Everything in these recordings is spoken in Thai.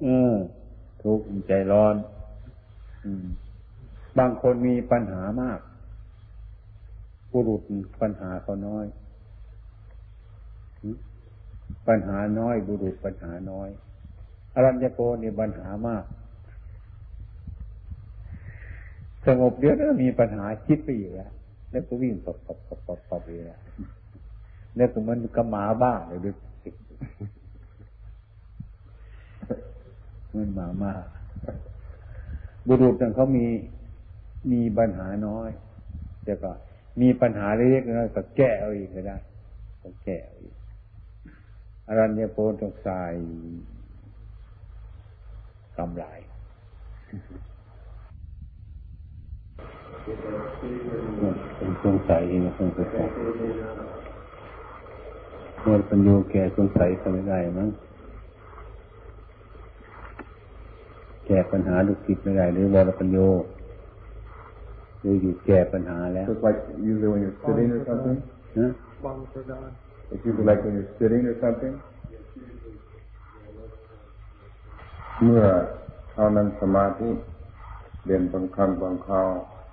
ทุกข์ใจร้อนบางคนมีปัญหามากบุรุษปัญหาเขาน้อยปัญหาน้อยบุรุษปัญหาน้อยอรัญญโกนี่ปัญหามากสงบเดี๋ยวก็มีปัญหาคิดไปอยู่แล้วก็วิ่งปบไปแล้วก็มันก็หมาบ้าเลยดูมันหมาบ้าบุรุษนั่นเขามีปัญหาน้อยแต่ก็มีปัญหาเล็กๆน้อยก็แก้เอาอีกก็ได้ก็แก้เอาอีกอรัญญโกต้องใส่กำไรสงสัยนะสงสัยเมื่อปัญโยแก่สงสัยทำไม่ได้มั้งแก้ปัญหาลูกศิษย์ไม่ได้หรือวรปัญโยหรืออยู่แก้ปัญหาแล้ว It's like usually when you're sitting or something. It's usually like when you're sitting or something. เมื่อเข้านั่งสมาธิเรียนบางครั้งบางคราว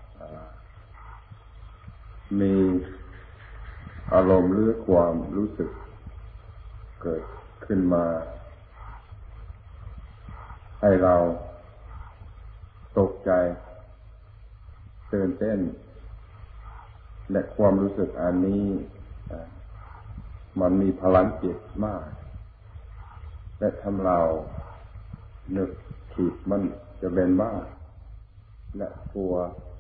มีอารมณ์หรือความรู้สึกเกิดขึ้นมาให้เราตกใจตื่นเต้นและความรู้สึกอันนี้มันมีพลังจิตมากและทำเรานึกคิดมันจะเป็นบ้าและกลัว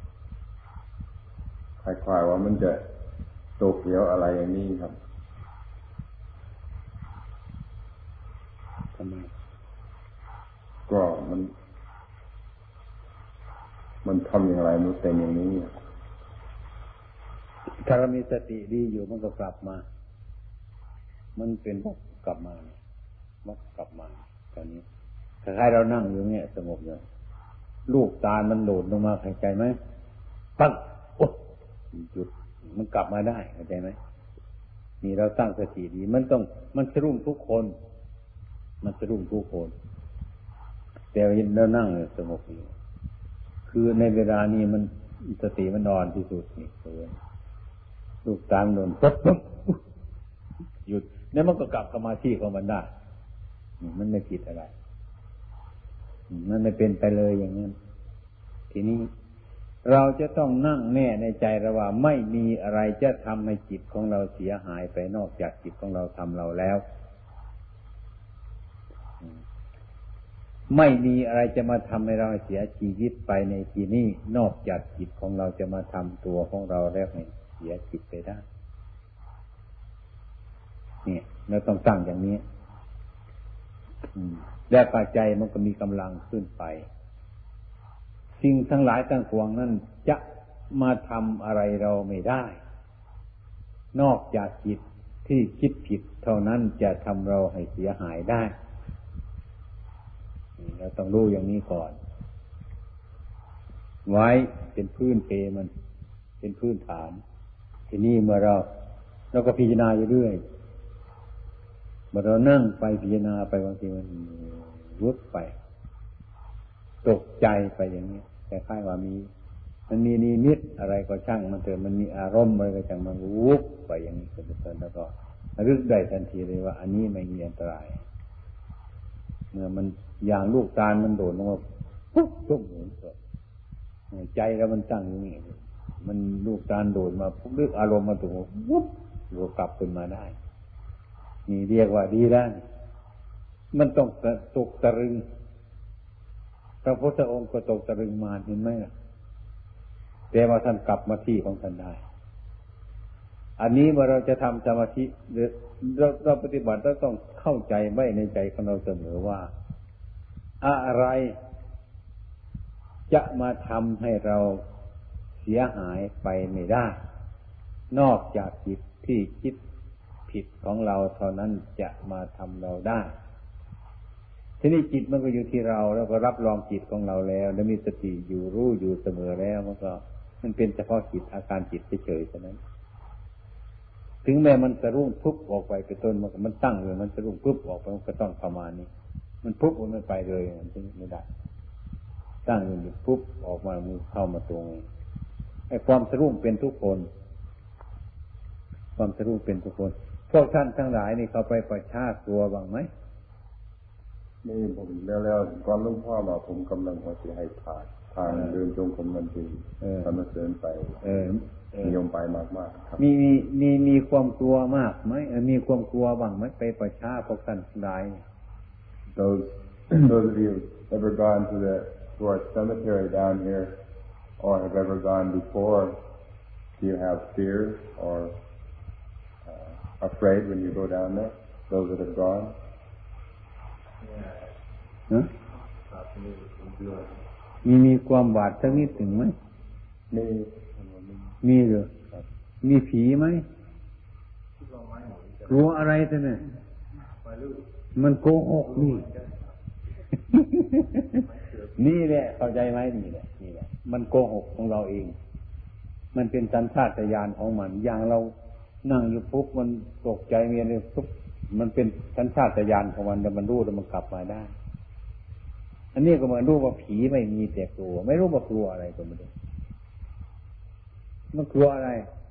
คล้ายๆว่ามันจะตกเหวอะไรอย่างนี้ครับทำไมก็มันทำอย่างไรมันเป็นอย่างนี้ถ้าเรามีสติดีอยู่มันก็กลับมามันเป็นวกกลับมาตอนนี้คล้ายๆเรานั่งอยู่เนี่ยสงบอยู่ลูกตามันโดดลงมาเข้าใจไหมปั้งโอ๊ยหยุดมันกลับมาได้เข้าใจไหมนี่เราตั้งสติดีมันสะดุ้งทุกคนแต่เรานั่งสงบอยู่คือในเวลานี้มันสติมันนอนที่สุดนี่ลูกตาโดนปุ๊บหยุดแล้วมันก็กลับสมาธิของมันได้มันไม่ผิดอะไรมันไม่เป็นไปเลยอย่างนั้นทีนี้เราจะต้องนั่งแน่ในใจเราว่าไม่มีอะไรจะทำให้จิตของเราเสียหายไปนอกจากจิตของเราทำเราแล้วไม่มีอะไรจะมาทำให้เราเสียชีวิตไปในที่นี้นอกจากจิตของเราจะมาทำตัวของเราแล้วให้เสียจิตไปได้เนี่ยเราต้องตั้งอย่างนี้และปัจจัยมันก็มีกำลังขึ้นไปสิ่งทั้งหลายทั้งปวงนั้นจะมาทำอะไรเราไม่ได้นอกจากจิตที่คิดผิดเท่านั้นจะทำเราให้เสียหายได้เราต้องรู้อย่างนี้ก่อนไว้เป็นพื้นเพมันเป็นพื้นฐานทีนี้เมื่อเราก็พิจารณาอยู่เรื่อยเมื่อเรานั่งไปพิจารณาไปบางทีมันวุบไปตกใจไปอย่างนี้คล้ายๆว่ามันมีนิมิตอะไรก็ช่างมันเถอะมันมีอารมณ์อะไรก็ช่างมันวุบไปอย่างนี้เป็นต้นแล้วก็รึกได้ทันทีเลยว่าอันนี้ไม่มีอันตรายเมื่อมันอย่างลูกตาลมันโดดลงมาปุ๊บตุ้มใจแล้วมันตั้งอยู่นี่มันลูกตาลโดดมาปุ๊บนึกอารมณ์มาถูกวุบหัวกลับขึ้นมาได้นี่เรียกว่าดีแล้วมันต้องตกตะลึงพระพุทธองค์ก็ตกตะลึงมาเห็นไหมล่ะแต่ว่าท่านกลับมาที่ของท่านได้อันนี้เมื่อเราจะทำสมาธิเราปฏิบัติเราต้องเข้าใจไว้ในใจของเราเสมอว่าอะไรจะมาทำให้เราเสียหายไปไม่ได้นอกจากจิตที่คิดผิดของเราเท่านั้นจะมาทำเราได้ทีนี้จิตมันก็อยู่ที่เราแล้วก็รับรองจิตของเราแล้วและมีสติอยู่รู้อยู่เสมอแล้วมันเป็นเฉพาะจิตอาการจิตเฉยๆเท่านั้นถึงแม้มันจะรุ่งปุ๊บออกไปเป็นต้นมันตั้งอยู่มันจะรุ่งปุ๊บออกไปมันก็ต้องประมาณนี้มันปุ๊บมันไม่ไปเลยมันไม่ได้ตั้งอยู่ปุ๊บออกมามือเข้ามาตรงไอ้ความสะดุ้งเป็นทุกคนความสะดุ้งเป็นทุกคนพวกท่านทั้งหลายนี่เขาไปประชากลัวบ้างไหมนี่ผมแล้วก่อนหลวงพ่อมาผมกำลังว่าจะให้ทางเดินจงกรมมันดีทำมาเดินไปนิยมไปมากๆครับมีความกลัวมากไหมมีความกลัวบ้างไหมไปประชาพวกท่านทั้งหลาย Those of you ever gone to our cemetery down here or have ever gone before, do you have fear or afraid when you go down there? Those that have gone? Huh? มีความหวาดสักนิดถึงไหมมีเหรอมีผีไหมกลัวอะไรท่านเนี่ยมันโกหกนี่ นี่แหละเข้าใจไหมนี่แหละมันโกหกของเราเองมันเป็นสัญชาตญาณของมันอย่างเรานั่งอยู่ปุ๊บมันตกใจมีอะไรปุ๊บมันเป็นสัญชาตญาณของมันแต่มันรู้แล้วมันกลับมาได้อันนี้ก็มันรู้ว่าผีไม่มีแต่กลัวไม่รู้ว่ากลัวอะไรก็ไม่รู้มันกลัวอะไร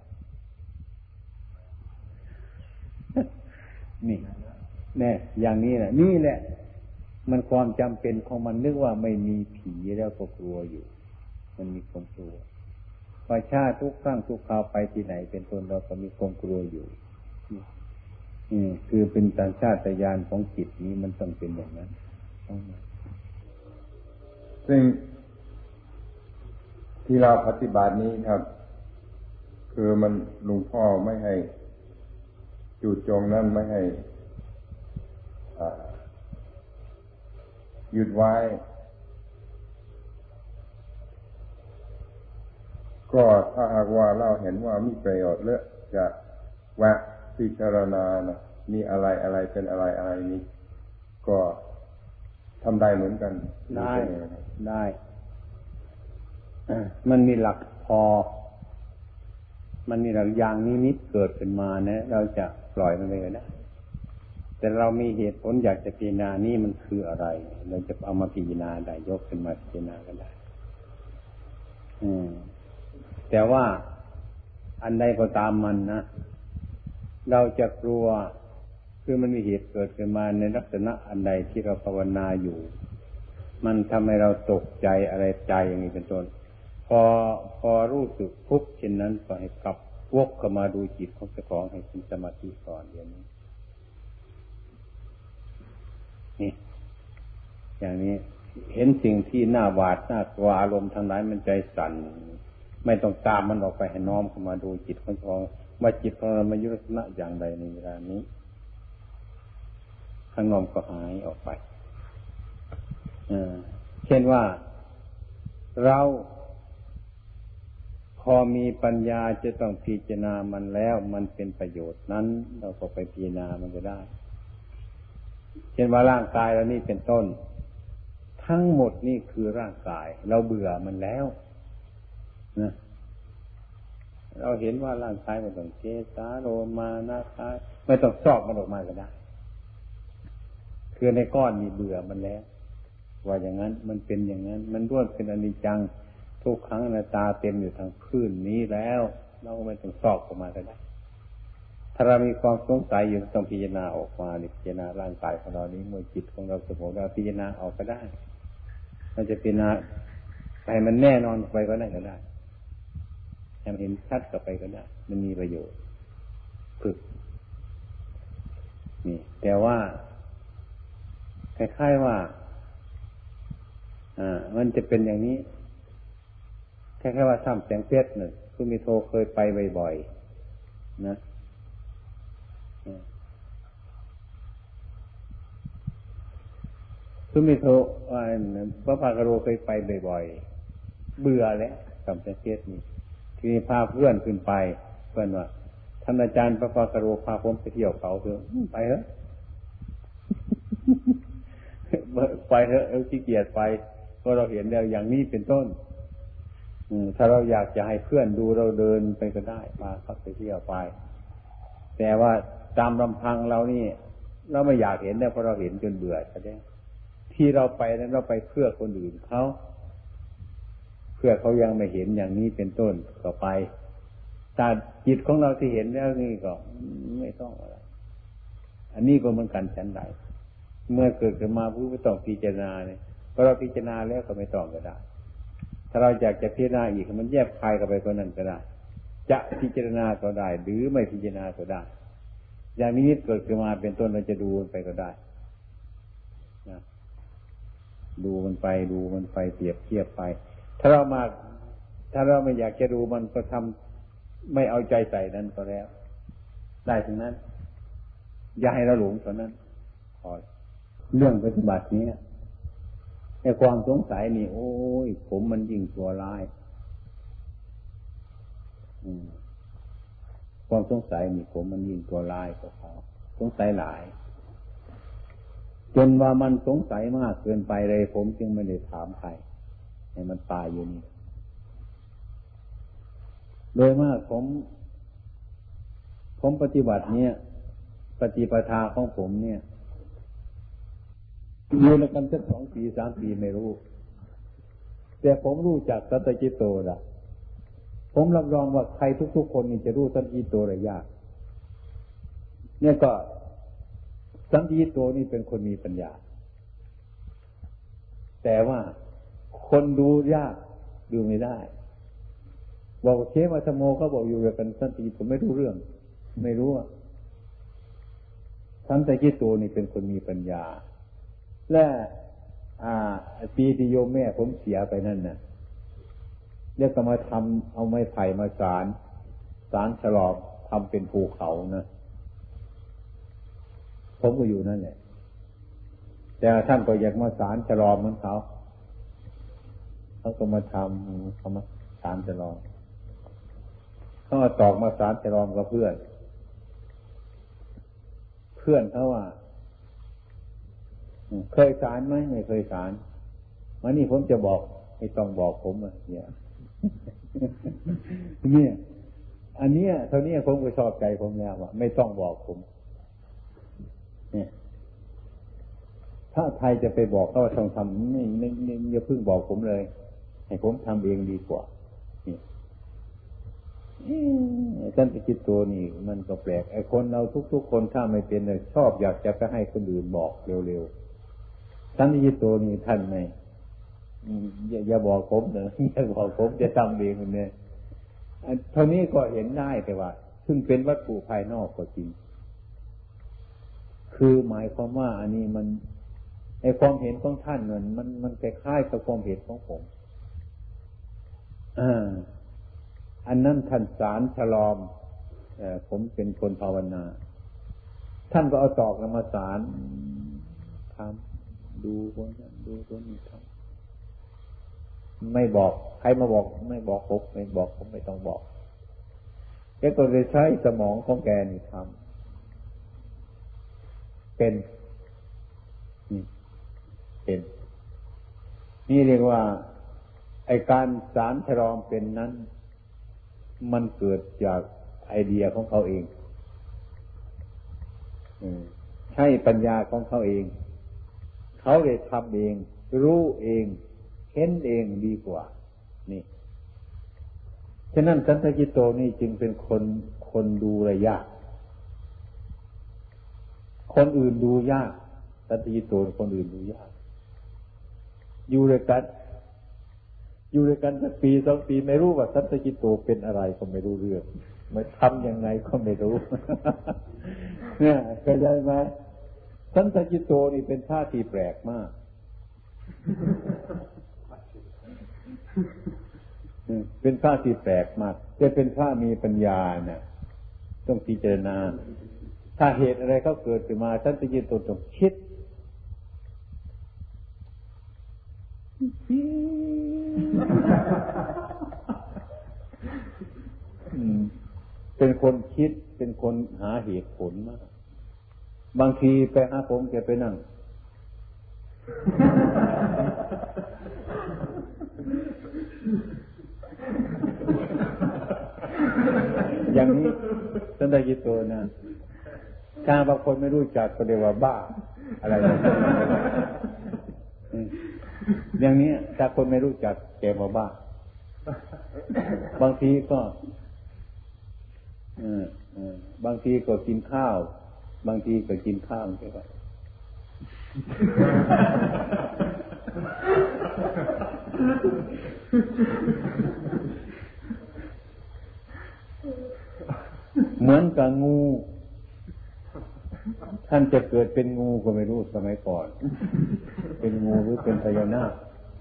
นี่แน่อย่างนี้แหละนี่แหละมันความจำเป็นของมันนึกว่าไม่มีผีแล้วก็กลัวอยู่มันมีความกลัวประชาทุกครั้งทุกคราวไปที่ไหนเป็นต้นเราก็มีความกลัวอยู่คือเป็นสัญชาตญาณของจิตนี้มันต้องเป็นอย่างนั้นซึ่งที่เราปฏิบัตินี้ครับคือมันหลวงพ่อไม่ให้จู่โจมนั้นไม่ให้หยุดไว้ก็ถ้าหากว่าเราเห็นว่ามีประโยชน์เลือกจะแวะพิจารณานะมีอะไรเป็นอะไรนี้ก็ทำได้เหมือนกันได้มันมีหลักพอมันมีหลักอย่างนิดเกิดขึ้นมานะเราจะปล่อยมันเลยนะแต่เรามีเหตุผลอยากจะพิจารณานี่มันคืออะไรเราจะเอามาพิจารณาได้ยกขึ้นมาพิจารณาก็ได้แต่ว่าอันใดก็ตามมันนะเราจะกลัวคือมันมีเหตุเกิดขึ้นมาในลักษณะอันใดที่เราภาวนาอยู่มันทำให้เราตกใจอะไรใจอย่างนี้เป็นต้นพอรู้สึกปุ๊บเช่นนั้นก็ให้กลับวกเข้ามาดูจิตของเจ้าของให้เป็นสมาธิก่อนอย่างนี้นี่อย่างนี้เห็นสิ่งที่น่าหวาดน่ากลัวอารมณ์ทางไหนมันใจสั่นไม่ต้องตามมันออกไปให้น้อมเข้ามาดูจิตของเจ้าของว่าจิตของเรามาอยู่ลักษณะอย่างใดในเวลานี้ข้างนอกก็หายออกไปเช่นว่าเราพอมีปัญญาจะต้องพิจารณามันแล้วมันเป็นประโยชน์นั้นเราก็ไปพิจารณามันก็ได้เช่นว่าร่างกายเรานี่เป็นต้นทั้งหมดนี่คือร่างกายเราเบื่อมันแล้วนะเราเห็นว่าร่างกายมันต้องเจสาโลมานะคาไม่ต้องซอกมันออกมาก็ได้คือในก้อนมีเบื่อมันแล้วว่าอย่างนั้นมันเป็นอย่างนั้นมันล้วนเป็นอนิจจังทุกครั้งอนัตตาเต็มอยู่ทางพื้นนี้แล้วเราไม่ต้องซอกออกมาก็ได้ถ้าเรามีความสงสัยอยู่ต้องพิจารณาออกมาพิจารณาร่างกายของเรานี้เมื่อจิตของเราสงบเราพิจารณาออกก็ได้มันจะพิจารณาให้มันแน่นอนไปก็ได้ก็ได้ให้มันเห็นชัดก็ไปก็ได้มันมีประโยชน์ฝึกนี่แต่ว่าคล้ายๆว่ามันจะเป็นอย่างนี้แค่ว่าซ้ำแสงเพชรหนึ่งคือมีโทเคยไปบ่อยๆนะคือมีโทพระพากโรเคยไปบ่อยๆเบื่อแล้วซ้ำแสงเพชรนี่ทีนี้พาเพื่อนขึ้นไปเพื่อนว่าท่านอาจารย์พระพากโรพาผมไปเที่ยวเขาเถอะไปเถอะไปเถอะขี้เกียจไปเพราะเราเห็นแล้วอย่างนี้เป็นต้นถ้าเราอยากจะให้เพื่อนดูเราเดินไปก็ได้พาเขาไปเที่ยวไปแต่ว่าตามลำพังเรานี่เราไม่อยากเห็นเนี่ยเพราะเราเห็นจนเบื่อใช่ไหมที่เราไปนั้นเราไปเพื่อคนอื่นเขาเพื่อเขายังไม่เห็นอย่างนี้เป็นต้นก็ไปแต่จิตของเราที่เห็นแล้วนี่ก็ไม่ต้องอะไรอันนี้ก็เหมือนกันฉันใดเมื่อเกิดขึ้นมาผู้ไม่ต้องพิจารณาเนี่ยพอเราพิจารณาแล้วก็ไม่ต้องก็ได้ถ้าเราอยากจะพิจารณาอีกมันแยบคายกันไปคนนั้นก็ได้จะพิจารณาก็ได้หรือไม่พิจารณาก็ได้อย่างนี้เกิดขึ้นมาเป็นต้นเราจะดูมันไปก็ได้นะดูมันไปเปรียบเทียบไปถ้าเราไม่อยากจะดูมันก็ทำไม่เอาใจใส่นั้นก็แล้วได้ถึงนั้นอย่าให้เราหลงตอนนั้นพอเรื่องปฏิบัตินี้ในความสงสัยนี่โอ้ยผมมันยิ่งตัวร้ายความสงสัยนี่ผมมันยิ่งตัวร้ายกว่าเขาสงสัยหลายจนว่ามันสงสัยมากเกินไปเลยผมจึงไม่ได้ถามใครให้มันตายอยู่นี่โดยมากผมปฏิบัติเนี่ยปฏิปทาของผมเนี่ยอยู่ในกันสัก2 ปี 3 ปีไม่รู้แต่ผมรู้จักสัตจิตโตละผมรับรองว่าใครทุกๆคนนี่จะรู้สัตจิตโตได้ยากเนี่ยก็สัตจิตโตนี่เป็นคนมีปัญญาแต่ว่าคนดูยากดูไม่ได้บอกเชมาธโมเขาบอกอยู่ด้วยกันสันติผมไม่รู้เรื่องไม่รู้อ่ะสันติโตนี่เป็นคนมีปัญญาและปีที่โยมแม่ผมเสียไปนั่นน่ะเรียกก็มาทำเอาไม้ไผ่มาสารฉลอบทำเป็นภูเขานะผมก็อยู่นั่นแหละแต่ท่านก็อยากมาสารฉลอบเหมือนเขาก็มาทำเขามาสารฉลอบเขามาตอกมาสารฉลอบกับเพื่อนเขาว่าเคยสารไหมไม่เคยสารวันนี้ผมจะบอกไม่ต้องบอกผมอ่ะเนี่ยอันเนี้ยเท่านี้ผมก็ชอบใจผมแล้วว่าไม่ต้องบอกผมเนี่ยถ้าใครจะไปบอกเขาว่าต้องทำไม่อย่าเพิ่งบอกผมเลยให้ผมทำเองดีกว่าท่านไปคิดตัวนี่มันก็แปลกไอ้คนเราทุกๆคนถ้าไม่เป็นเลยชอบอยากจะไปให้คนอื่นบอกเร็วๆท่านที่คิดตัวนี่ท่านไหมอย่าบอกผมนะอย่าบอกผมจะทำเองเนี่ยเท่านี้ก็เห็นได้แต่ว่าซึ่งเป็นวัตถุภายนอกก็จริงคือหมายความว่าอันนี้มันไอ้ความเห็นของท่านมันคล้ายๆกับความเห็นของผมอันนั้นท่านสารฉลอมผมเป็นคนภาวนาท่านก็เอาตอกมาสารทำดูคนนั้นดูคนนี้ทำไม่บอกใครมาบอกไม่บอกผมไม่บอกผมไม่ต้องบอกแกก็เลยใช้สมองของแกนี่ทำเป็นนี่เรียกว่าไอการสารฉลอมเป็นนั้นมันเกิดจากไอเดียของเขาเองใช้ปัญญาของเขาเองเขาเลยทำเองรู้เองเห็นเองดีกว่านี่ฉะนั้นสันทกิโตนี่จึงเป็นคนดูระยะคนอื่นดูยากสันทกิโตคนอื่นดูยากอยู่ด้วยกันสักปี2 ปีไม่รู้ว่าสันทกิโตเป็นอะไรก็ไม่รู้เรื่องมันทำยังไงก็ไม่รู้เนี่ยเข้าใจไหมสันทกิโตนี่เป็นท่าทีแปลกมากเป็นท่าทีแปลกมากจะเป็นท่ามีปัญญาเนี่ยต้องพิจารณาถ้าเหตุอะไรเขาเกิดขึ้นมาสันทกิโตต้องคิดเป็นคนคิดเป็นคนหาเหตุผลมากบางทีไปหาผมแกไปนั่งอย่างนี้สันทกิโตนะถ้าบางคนไม่รู้จักก็เรียกว่าบ้าอะไรอย่างนี้ถ้าคนไม่รู้จักแกมาบ้าบางทีก็บางทีก็กินข้าวบางทีก็กินข้าวใช่ไหมเหมือนกับงูท่านจะเกิดเป็นงูก็ไม่รู้สมัยก่อนเป็นงูหรือเป็นพญานาค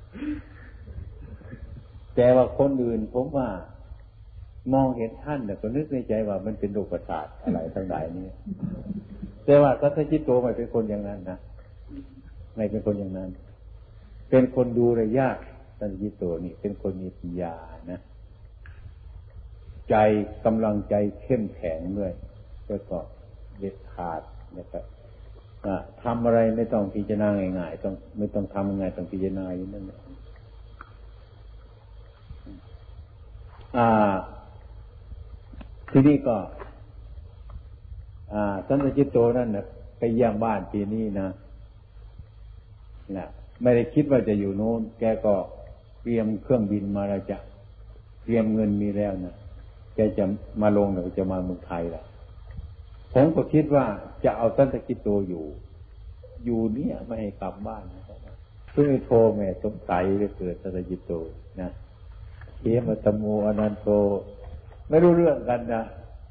แต่ว่าคนอื่นผมว่ามองเห็นท่านแต่ก็นึกในใจว่ามันเป็นโรคประสาทอะไรทั้งหลายนี้แต่ว่าสัทธจิตโตไม่เป็นคนอย่างนั้นนะไม่เป็นคนอย่างนั้นเป็นคนดูระยะสัทธจิตโตนี่เป็นคนมีปัญญานะใจกำลังใจเข้มแข็งด้วยแล้วก็เด็ดขาดนะครับทำอะไรไม่ต้องพิจารณาง่ายๆต้องไม่ต้องทำง่ายต้องพิจารณาอยู่นั่นแหละทีนี้ก็สันตจิตโตนั่นนะไปเยี่ยมบ้านปีนี้นะไม่ได้คิดว่าจะอยู่โน้นแกก็เตรียมเครื่องบินมาแล้วจะเตรียมเงินมีแล้วนะแกจะมาลงหรือจะมาเมืองไทยล่ะผมก็คิดว่าจะเอาสันตจิตโตอยู่เนี่ยไม่ให้กลับบ้านนะเพิ่งโทรแม่สงสัยจะเกิดสันตจิตโตนะเขมตโมอนันโตไม่รู้เรื่องกันนะ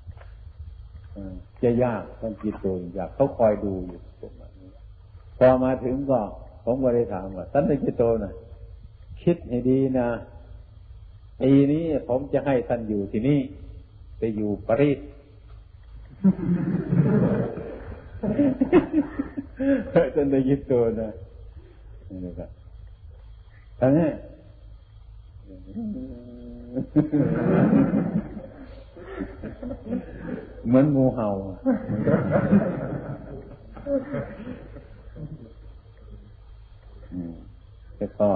จะยากสันตจิตโตยากเขาคอยดูอยู่ประมาณนี้พอมาถึงก็ผมก็ได้ถามว่าสันตจิตโตนะคิดให้ดีนะปีนี้ผมจะให้ท่านอยู่ที่นี่ไปอยู่ปารีสสันตจิตโตนะนี่ครับทั้งนี้เหมือนงูเห่าแล้วก็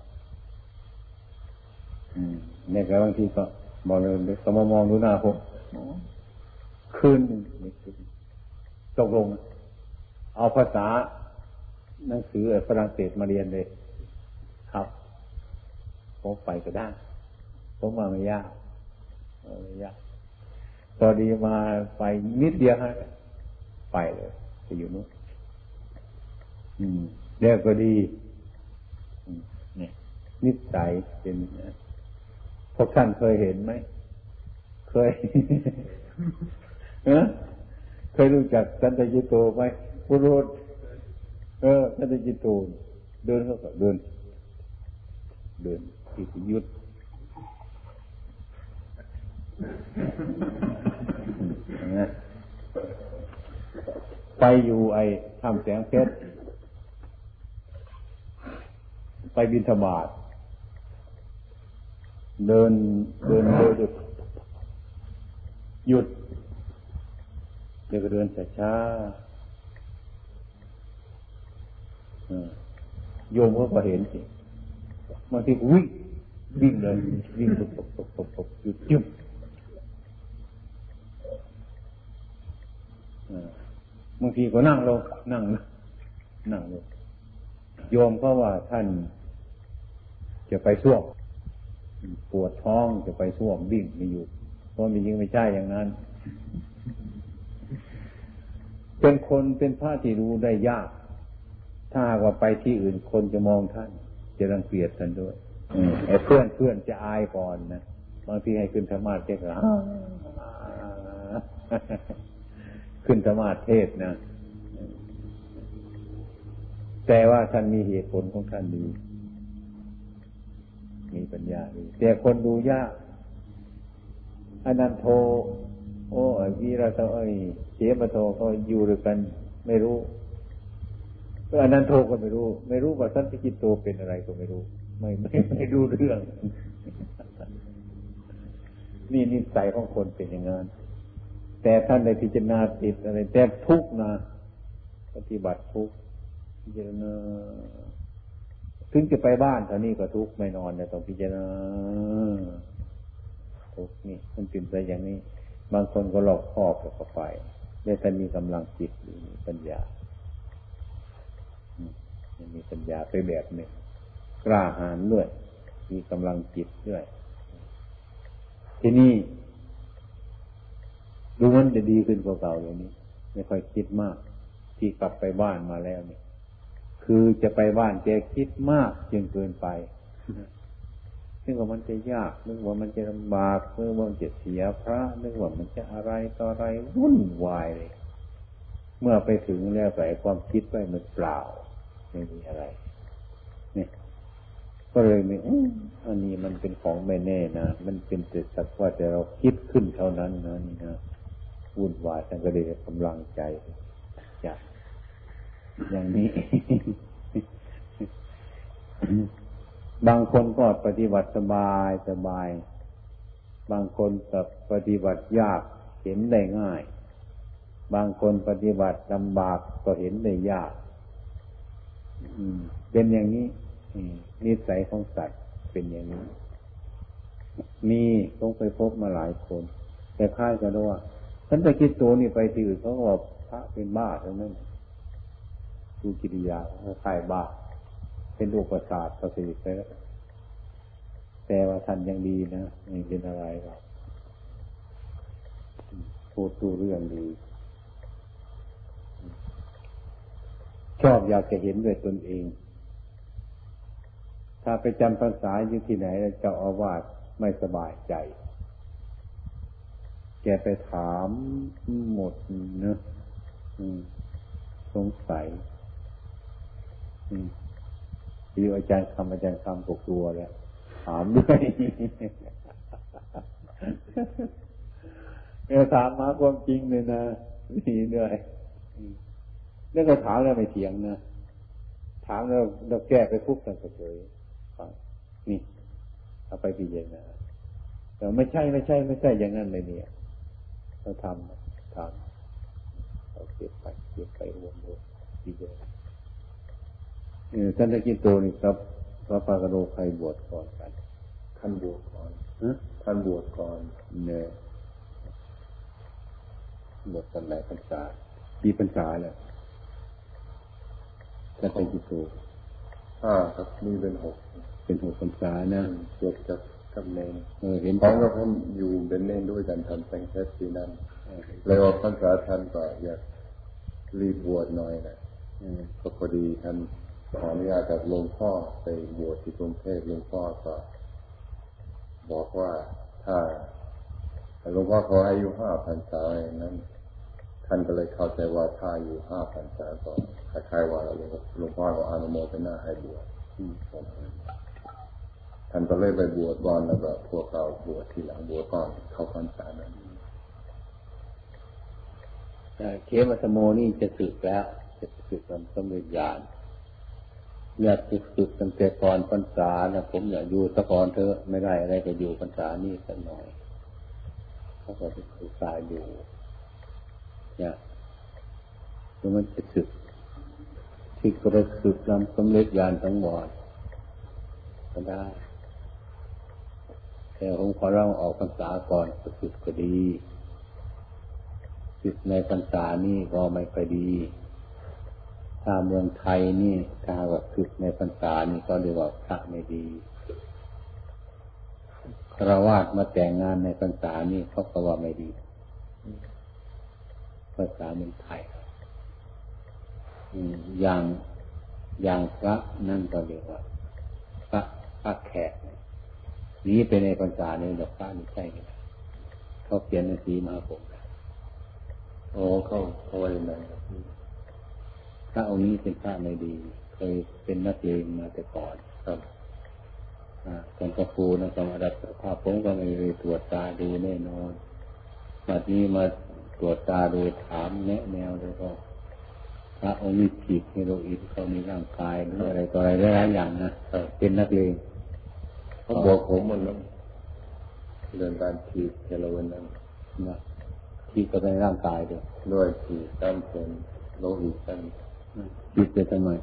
เนี่ยก็บางทีก็บอกเลยก็มามองดูหน้าผมคืนตกลงเอาภาษาหนังสือฝรั่งเศสมาเรียนเลยครับผมไปก็ได้ผมว่าไม่ยากพอดีมาไปนิดเดียวฮะไปเลยไปอยู่นู้นเดี๋ยวก็ดีเนี่ยนิสัยเป็นพวกท่านเคยเห็นไหมเคยเคยรู้จักสันตจิตโตไหมพุทโธสันตจิตโตเดินเขาก็เดินที่หยุดไปอยู่ไอ้ถ้ำแสงเพชรไปบิณฑบาตเดินหยุดเดี๋ยวก็เดินช้าๆโยมก็เห็นสิบางทีวิ่งเลยวิ่งตบหยุดจุ๊บบางทีก็นั่งลงโยมก็ว่าท่านจะไปส้วมปวดท้องจะไปส้วมวิ่งไม่อยู่เพราะมันยิ่งไม่ใช่อย่างนั้นเป็นคนเป็นพระที่รู้ได้ยากถ้าว่าไปที่อื่นคนจะมองท่านจะรังเกียจท่านด้วยไอ้เพื่อนจะอายก่อนนะบางทีให้ขึ้นธรรมาสน์เทศน์ขึ้นธรรมาสน์เทศน์นะแต่ว่าท่านมีเหตุผลของท่านดีมีปัญญาดีแต่คนดูยากอนันโทวีระโตเขมโทก็อยู่ด้วยกันไม่รู้อนันโทก็ไม่รู้ว่าสันตจิตโตเป็นอะไรก็ไม่รู้ไม่รู้เรื่องนี่นิสัยของคนเป็นอย่างนั้นแต่ท่านได้พิจารณาติดอะไรแต่ทุกข์นะปฏิบัติทุกข์พิจารณาถึงจะไปบ้านเท่านี้ก็ทุกข์ไม่นอนแต่ต้องพิจารณาทุกข์นี่มันเป็นไปอย่างนี้บางคนก็หลอกครอบแล้วก็ไปได้ท่านมีกำลังจิตมีปัญญาไปแบบหนึ่งกล้าหาญด้วยมีกำลังจิตด้วยที่นี่ดูมันจะดีขึ้นกว่าเก่าอย่างนี้ไม่ค่อยคิดมากที่กลับไปบ้านมาแล้วนี่คือจะไปบ้านแกคิดมากจนเกินไปนึกว่ามันจะยากนึกว่ามันจะลำบากนึกว่ามันจะเสียพระนึกว่ามันจะอะไรต่ออะไรวุ่นวายเลยเมื่อไปถึงแล้วไปความคิดไว้มันเปล่าไม่มีอะไรเนี่ยก็เลยมีอันนี้มันเป็นของไม่แน่นะมันเป็นแต่สักว่าแต่เราคิดขึ้นเท่านั้นนะนี่นะวุ่นวายท่านก็เลยกำลังใจอย่างนี้ บางคนก็ปฏิบัติสบายสบายบางคนกับปฏิบัติยากเห็นได้ง่ายบางคนปฏิบัติลำบากก็เห็นได้ยากเป็นอย่างนี้นิสัยของสัตว์เป็นอย่างนี้มีต้องไปพบมาหลายคนแต่ค่ายกันว่าฉันไปคิดตัวนี่ไปที่อื่นเขาก็บอกพระเป็นบ้าทั้งนั้นดูกิริยาเขาคล้ายบ้าเป็นโรคประสาทประสิทธิ์ไปแล้วแต่ว่าท่านยังดีนะไม่เป็นอะไรหรอกพูดตู้เรื่องดีชอบอยากจะเห็นด้วยตนเองถ้าไปจำพรรษาอยู่ที่ไหนเจ้าอาวาสไม่สบายใจแกไปถามหมดเนอะสงสัยที่อาจารย์คำตกตัวแล้วถามด้วยถามมาความจริงเลยนะนี่ด้วยแล้วก็ถามแล้วไม่เถียงนะถามแล้วเราแก้ไปพุกกันเฉยๆนี่เอาไปพิจารณาแต่ไม่ใช่อย่างนั้นเลยเนี่ยเราทำเราเก็บไปวนพิจารณาท่านตะกี้โตนี่ครับพระปากโรใครบวชก่อนกันท่านบวชก่อนท่านบวชก่อนเนี่ยบวชกันหลายพรรษาปีพรรษาแหละท่านตะกี้โตครับมีเป็น6 พรรษานะจบจากกำเนิดเห็นพร้อมกับผมอยู่เป็นเน่นด้วยกันทำแสงเพชรที่นั่นเลยออกพรรษาท่านก็อยากรีบบวชหน่อยนะก็พอดีท่านขออนุญาตจากหลวงพ่อไปบวชที่กรุงเทพหลวงพ่อก็บอกว่าถ้าหลวงพ่อขออายุ5 พรรษาอย่างนั้นท่านก็เลยเข้าใจว่าถ้าอยู่5 พรรษาก็คล้ายๆว่าหลวงพ่อก็อนุโมทนาให้บวชท่านก็เลยไปบวชก่อนแล้วก็พวกเราบวชทีหลังบวชก่อนเข้าพรรษานั้นเคมัสโมนี่จะสึกแล้วจะสึกตามสมเด็จญาณอยากสึกตั้งแต่ก่อนพรรษานะผมอยากอยู่ตะก่อนเถอะไม่ได้อะไรก็อยู่พรรษานี่สักหน่อยเขาก็จะศึกษาอยู่เนี่ยแล้วมันจะสึกที่กระสึกตามสมเด็จญาณทั้งหมดก็ได้แต่ผมขอเราออกพรรษาก่อนสึกก็ดีสึกในพรรษานี่ก็ไม่ค่อยดีถ้าเมืองไทยนี่ถ้าว่าสึกในพรรษานี่ก็เรียกว่าพระไม่ดีฆราวาสมาแต่งงานในพรรษานี่เขาก็ว่าไม่ดีภาษาเมืองไทยอย่างพระนั่นก็เรียกว่าพระแขกนี้ไปในพรรษาเนี่ยดอกพระนี่ใช่ไหมเขาเขียนหนังสือมาผมเขาว่าอย่างไรพระองค์นี้เป็นพระไม่ดีเคยเป็นนักเลงมาแต่ก่อนครับตอนกระฟูนะสมัยรัชกาลผมก็ไม่ได้ตรวจตาดูแน่นอนบัดนี้มาตรวจตาดูถามแนะแนวแล้วก็พระองค์นี้ฉีดเฮโรอีนเขามีร่างกายหรืออะไรต่ออะไรหลายอย่างนะเป็นนักเลงเขาบอกผมมันแล้วเรื่องการฉีดเฮโรอีนนั้นนะฉีดเข้าไปในร่างกายด้วยฉีดตามเป็นโลหิตกันฉีดไปทำไม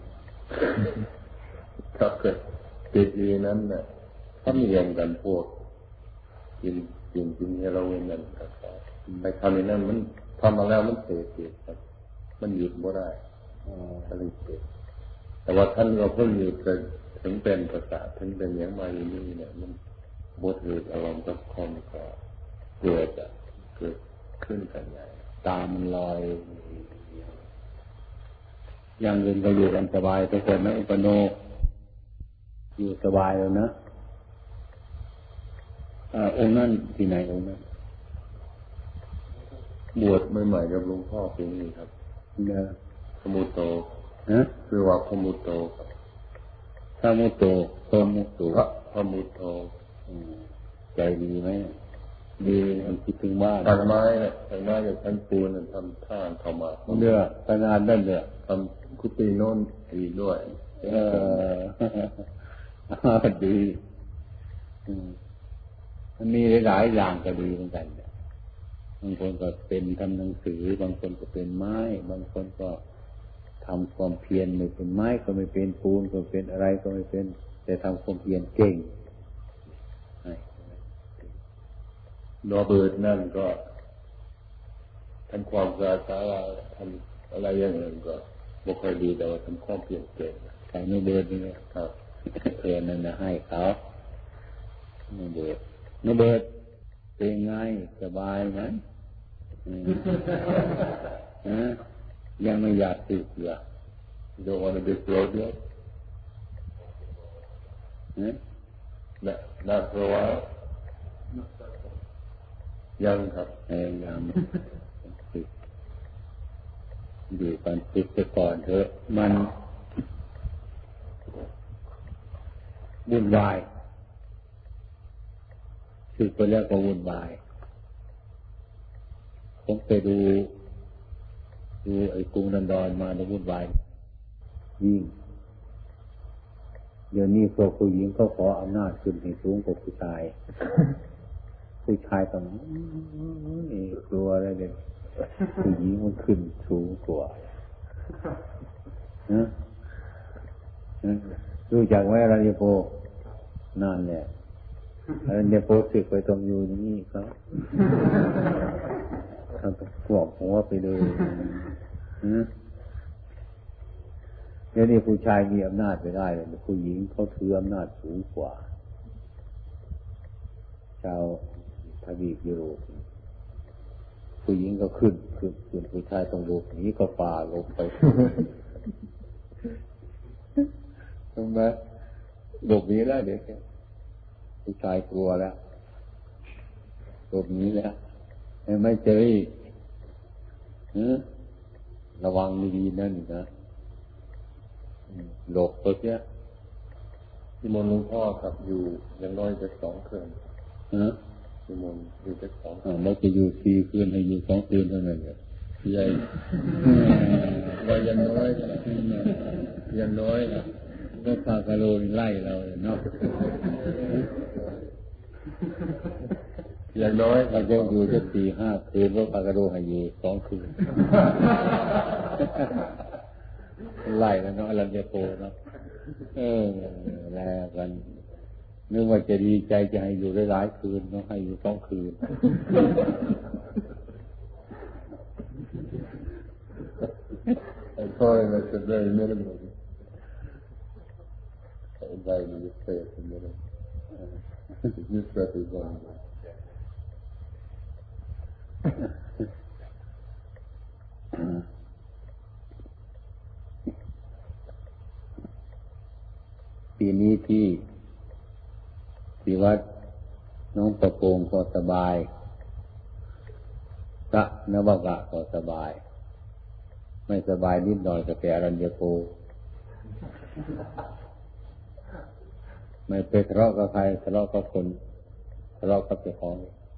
ถ้าเกิดติดอีนั้นน่ะถ้ามีเรียนกันพวกกินเฮโรอีนนั่นก็ไปทำในนั้นมันทำมาแล้วมันเสียครับมันหยุดไม่ได้อะไรเสียแต่ว่าท่านก็เพิ่งหยุดแต่ถึงเป็นประสาทถึงเป็นอย่างมาอยู่นี่เนี่ยมันบทเหตุอารมณ์กับคนก็เกิดขึ้นกันใหญ่ตามลอยอย่างอื่นก็อยู่กันสบายทุกคนนะอุปโนอยู่สบายแล้วนะองค์นั้นที่ไหนองค์นั้นบวชใหม่ๆกับหลวงพ่อปีนี้ครับเนี่ยสมุโตคือว่าสมุโตครับสมุโตสมุโตสมุโตใจดีไหมดีมันคิดถึงบ้านทางไม้กับทางปูนทำท่าเข้ามาเนื้อขนาดนั้นเนี่ยทำกุฏิโน้นอีกด้วยดีมันมีหลายอย่างก็ดีเหมือนกันบางคนก็เป็นทำหนังสือบางคนก็เป็นไม้บางคนก็ทำความเพียรไม่เป็นไม้ก็ไม่เป็นปูนก็เป็นอะไรก็ไม่เป็นแต่ทำความเพียรเก่งโนเบิร์ตนั่นก็ทำความสะอาดศาลาทำอะไรอย่างอื่นก็ไม่ค่อยดีแต่ว่าทำความเพียรเก่งใครโนเบิร์ตนี่ครับเพียรนั่นนะให้เขาโนเบิร์ตเป็นไงสบายไหมยังไม่อยากติดเหรอ You don't want to be floated yet? Not for a while? ยังครับยังอยู่กันติดไปก่อนเถอะมันวุ่นวายคือไปแล้วก็วุ่นวายผมไปดูไอ้กรุงดอนมาในวุ่นวายยิ่งเดี๋ยวนี้พวกผู้หญิงเขาขออำนาจขึ้นให้สูงกว่าผู้ชายผู้ชายต้องกลัวอะไรเลยผู้หญิงมันขึ้นสูงกว่ารู้จักไหมอรัญญโปนั่นแหละอรัญญโปสึกไปตรงอยู่นี่ครับทำต้องกวบหัวไปเลยเดี๋ยวนี้ผู้ชายมีอำนาจไปได้เลยผู้หญิงเขาถืออำนาจสูงกว่าชาวทวีปยุโรปผู้หญิงก็ขึ้นผู้ชายต้องลงนี้ก็ฝ่าลงไปทำไมหลบหนีแล้วเด็กผู้ชายกลัวแล้วหลบหนีแล้วไม่เจอระวังดีๆนั่นนะหลบตัวเนี้ยที่มนหลวงพ่อครับอยู่อย่างน้อยจะ2 คืนที่มนอยู่จะ2 คืนเราจะอยู่4 คืนให้อยู่2 คืนเท่านั้นเนี่ยใหญ่ว่าอย่างน้อยก็พากะโลนไล่เราเนาะอย่างน้อยเราจะอยู่จะ4-5 คืนเพราะพากะโลให้อยู่2 คืนไล่แล้วเนาะอรัญญโปเนาะแล้วกันนึกว่าจะดีใจจะให้อยู่หลายๆคืนเนาะให้อยู่2 คืน I thought that's a very minimum. I invite you to stay at the minimum. It's misrepresented. ปีนี้ที่วัดน้องประโกงก็สบายพระนวกะก็สบายไม่สบายนิดหน่อยก็แก่อรัญญโปไม่ไปทะเลาะกับใครทะเลาะกับคนทะเลาะกับเจ้าของ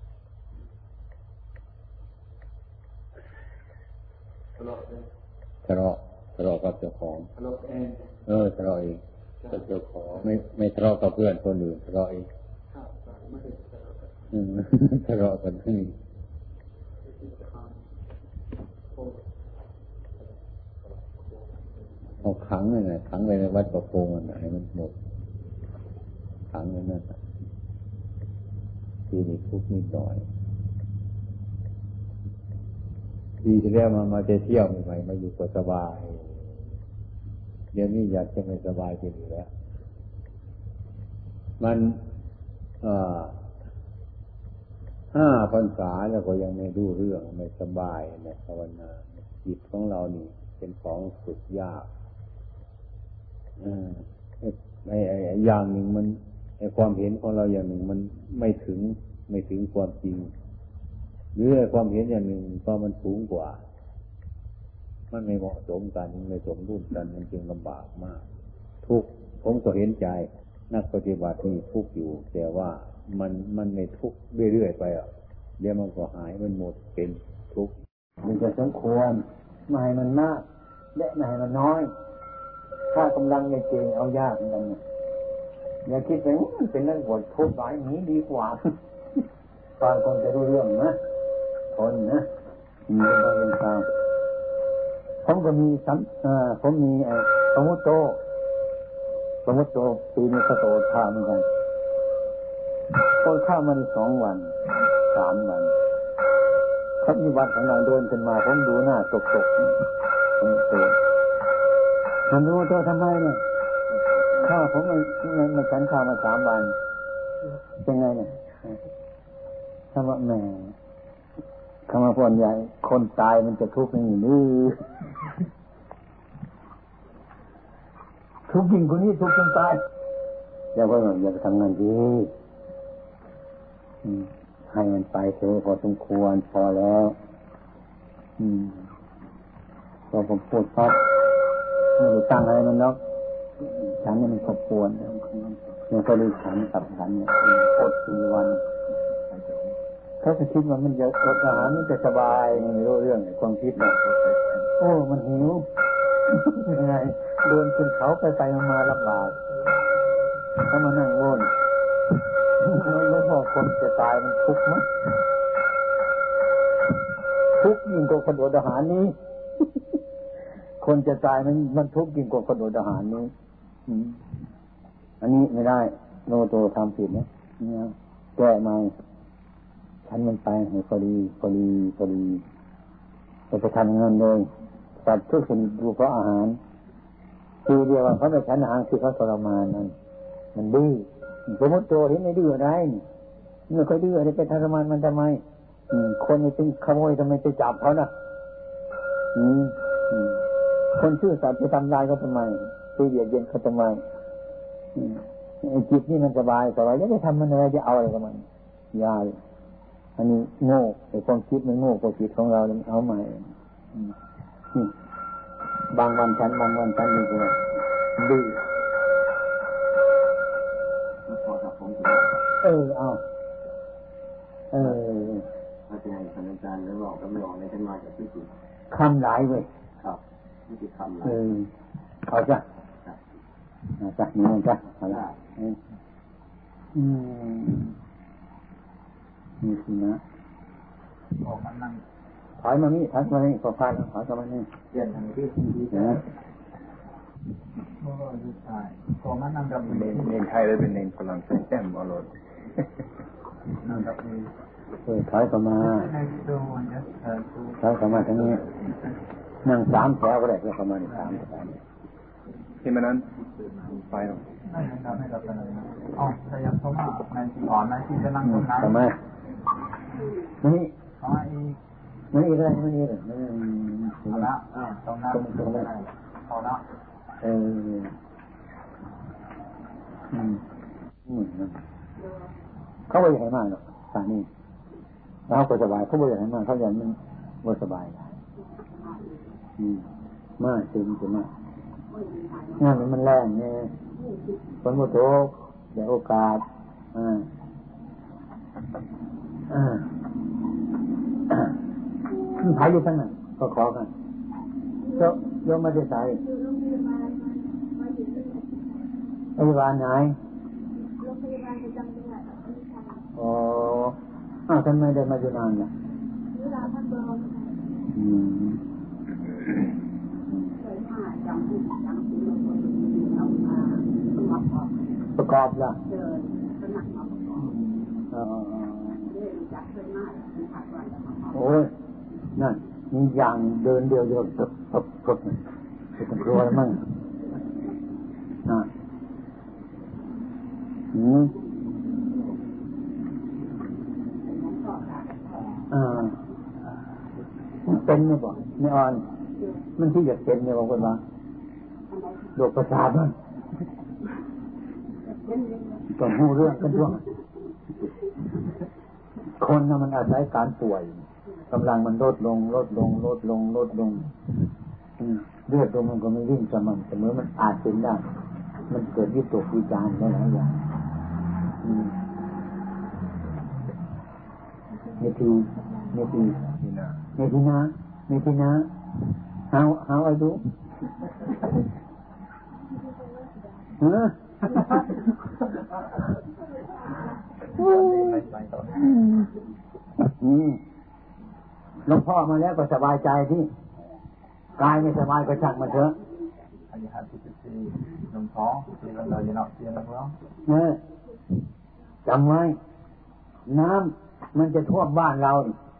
ทะเลาะกับเจ้าของทะเลาะเองทะเลาะเองกับเจ้าของไม่ทะเลาะกับเพื่อนคนอื่นทะเลาะเองทะเลาะกันที่เอาขังเลยนะขังไว้ในวัดประโคงมันให้มันหมดขังไว้นั่นทีนี้ทุกข์นิดหน่อยดีที่แล้วมาจะเที่ยวใหม่ๆมาอยู่ก็สบายเดี๋ยวนี้อยากจะไม่สบายไปอยู่แล้วมัน5 พรรษาแล้วก็ยังไม่รู้เรื่องไม่สบายในภาวนาจิตของเรานี่เป็นของสุดยากอย่างหนึ่งมันความเห็นของเราอย่างหนึ่งมันไม่ถึงความจริงหรือความเห็นอย่างหนึ่งก็มันสูงกว่ามันไม่เหมาะสมกันไม่สมดุลกันมันจึงลำบากมากทุกข์ผมก็เห็นใจนักปฏิบัติมีทุกข์อยู่แต่ว่ามันไม่ทุกข์เรื่อยๆไปเดี๋ยวมันก็หายมันหมดเป็นทุกข์มันจะสมควรไม่ให้มันมากและไม่ให้มันน้อยถ้ากำลังไม่เก่งเอายากเหมือนกันอย่าคิดว่ามันเป็นเรื่องปวดทุกข์หลายนี้ดีกว่าฟังคนจะรู้เรื่องนะคนนะมีบางครั้งผมก็มีผมมีสมุตโตปีนี้ก็โตท่าเหมือนกันโตท่ามัน2 วัน 3 วันครับมีวัดของเราเดินขึ้นมาผมดูหน้าตกผมโตมันรู้ตัวทำไมเนี่ยข้าวผมมันฉันข้าวมา3 วันเป็นไงเนี่ยคำว่าแหมคำว่าปนใหญ่คนตายมันจะทุกข์อย่างนี้ทุกข์ยิ่งกว่านี้ทุกข์จนตายอย่าไปทำงานดีให้มันไปเถอะพอสมควรพอแล้วพอผมพูดปั๊บไม่ได้ตั้งอะไรมันหรอกฉันนี่มันขบวนมันก็ได้ฉันกับฉันเนี่ยอด4 วันเขาจะคิดว่ามันจะอดอาหารมันจะสบายไม่รู้เรื่องความคิดเนี่ยโอ้มันหิวยังไงเดินขึ้นเขาไปมาลำบากเขามานั่งวนแล้วพอคนจะตายมันทุกข์มั้ยทุกข์ยิ่งกว่าคนอดอาหารนี้คนจะตายมันทุกข์ยิ่งกว่าคนอดอาหารนี้อันนี้ไม่ได้โนโตทำผิดนะเนี่ยแก้ใหม่ฉันมันไปให้พอดีเราจะทำงานเลยตัดทุกสิ่งดูเพราะอาหารคือเดียวว่าเขาไปฉันอาหารคือเขาทรมานนั่นมันดื้อสมมติตัวเห็นไม่ดื้ออะไรไม่ค่อยดื้ออะไรไปทรมานมันทำไมคนไม่ถึงขโมยทำไมไปจับเขานะคนชื่อสัตว์ไปทำลายเขาทำไมไปเบียดเบียนเขาทำไมไอ้จิตนี่มันสบายแล้วจะทำมันอะไรจะเอาอะไรกับมันยายอันนี้โง่ไอ้ความคิดมันโง่ความคิดของเราเนี่ยเอาใหม่บางวันฉันนี่ก็ดื้อเอาอาจารย์แล้วบอกก็ไม่ออกในกันมาจากที่สุดคำหลายเว้ยครับนี่คือคำหลายเอาจ้ะนี่มันจ้ะเอาละนี่สินะออกมานั่งถอยมานี่พอพาแล้วถอยมานี่เปลี่ยนทางที่ดีนะโอ้ยตายพอมานั่งกับเนนไทยเลยเป็นเนนฝรั่งเศสแต้มเอารถนั่งกับถอยเข้ามาทางนี้นั่ง3 แถวก็ได้ก็เข้ามาใน3 แถวที่มันนั้นไปหรอไม่ทำให้เราเป็นอะไรนะพยายามเข้ามาในที่อ่อนในที่จะนั่งตรงนั้นทำไมนี่อะไรนี่เลยเอาละตรงนั้นเอาละเขาไม่อยากให้มากหรอกสานี่แล้วเขาก็สบายเขาไม่อยากให้มากเขาอยากมันไม่สบายมากจริงมากงานมันแรงเนี่ยคนมุโตเดี๋ยวโอกาสขายอยู่ทั้งนั้นก็ขอกันโยมมาจะใส่โรงพยาบาลไหนโรงพยาบาลประจำจังหวัดทำไมได้มาอยู่นานล่ะเวลาพักร้อนประกอบล่ะโอ้ยนั่นมีอย่างเดินเดียวพบเป็นรัวแล้วมั้งเป็นไม่บอกไม่อ่อนมันที่อยากเป็นเนี่ยบอกคนว่าโรคประสาทมันต้องหูเรื่องกันด้วยคนน่ะมันอาศัยการป่วยกำลังมันลดลงเลือดลมมันก็ไม่วิ่งสม่ำเสมอมันอาจเป็นได้มันเกิดวิตกวิจารณ์ได้หลายอย่างเมธีนะhow are you หลวงพ่อมาแล้วก็สบายใจที่กายไม่สบายก็ช่างมันเถอะจำไว้น้ำมันจะท่วมบ้านเรา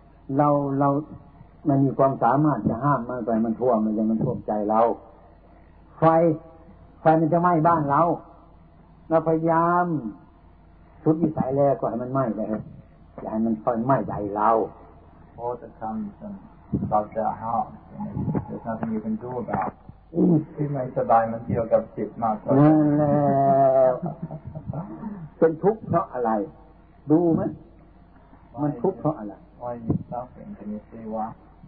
มันมีความสามารถจะห้ามมันไปมันท่วมมันจะมันท่วมใจเราไฟมันจะไหม้บ้านเราพยายามชุดวิสัยแรกก็ให้มันไหม้ไปอย่าให้มันไหม้ใจเรา Water comes and floods our heart. There's nothing you can do about it. ที่ไม่สบายมันเกี่ยวกับจิตมากกว่านั่นแหละเป็นทุกข์เพราะอะไรดูไหมมันทุกข์เพราะอะไร Why you suffering? Can you see why?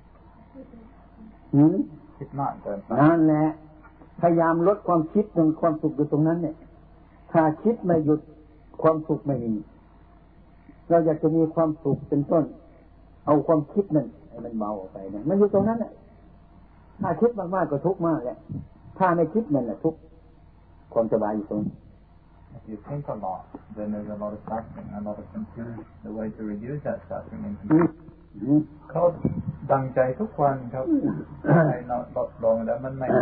คิดมากเกินไปนั่นแหละพยายามลดความคิดตรงความสุขอยู่ตรงนั้นเนี่ยถ้าคิดไม่หยุดความสุขไม่มีเราอยากจะมีความสุขเป็นต้นเอาความคิดนั่นให้มันเบาออกไปนะมันอยู่ตรงนั้นแหละถ้าคิดมากๆก็ทุกข์มากแหละถ้าไม่คิดนั่นแหละทุกข์ความสบายอยู่ตรง If you think a lot, then there's a lot of suffering, a lot of confusion. The way to reduce that suffering and confusion. เขาดังใจทุกวันครับให้นอนลดลงแล้วมันไม่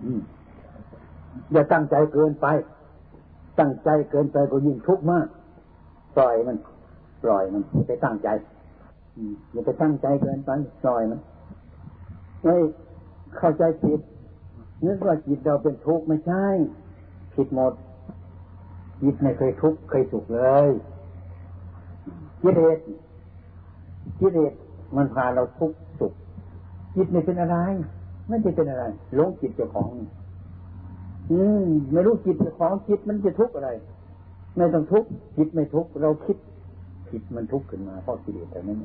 อย่าตั้งใจเกินไปตั้งใจเกินไปก็ยิ่งทุกข์มากปล่อยมันไปตั้งใจอย่าไปตั้งใจเกินไปปล่อยมันไม่เข้าใจผิดนึกว่าจิตเราเป็นทุกข์ไม่ใช่ผิดหมดจิตไม่เคยทุกข์เคยสุขเลยกิเลสมันพาเราทุกข์สุขจิตไม่เป็นอะไรไม่จะเป็นอะไรหลงจิตเจ้าของไม่รู้จิตเจ้าของจิตมันจะทุกข์อะไรไม่ต้องทุกข์จิตไม่ทุกข์เราคิดผิดมันทุกข์ขึ้นมาเพราะกิเลสแต่นั้น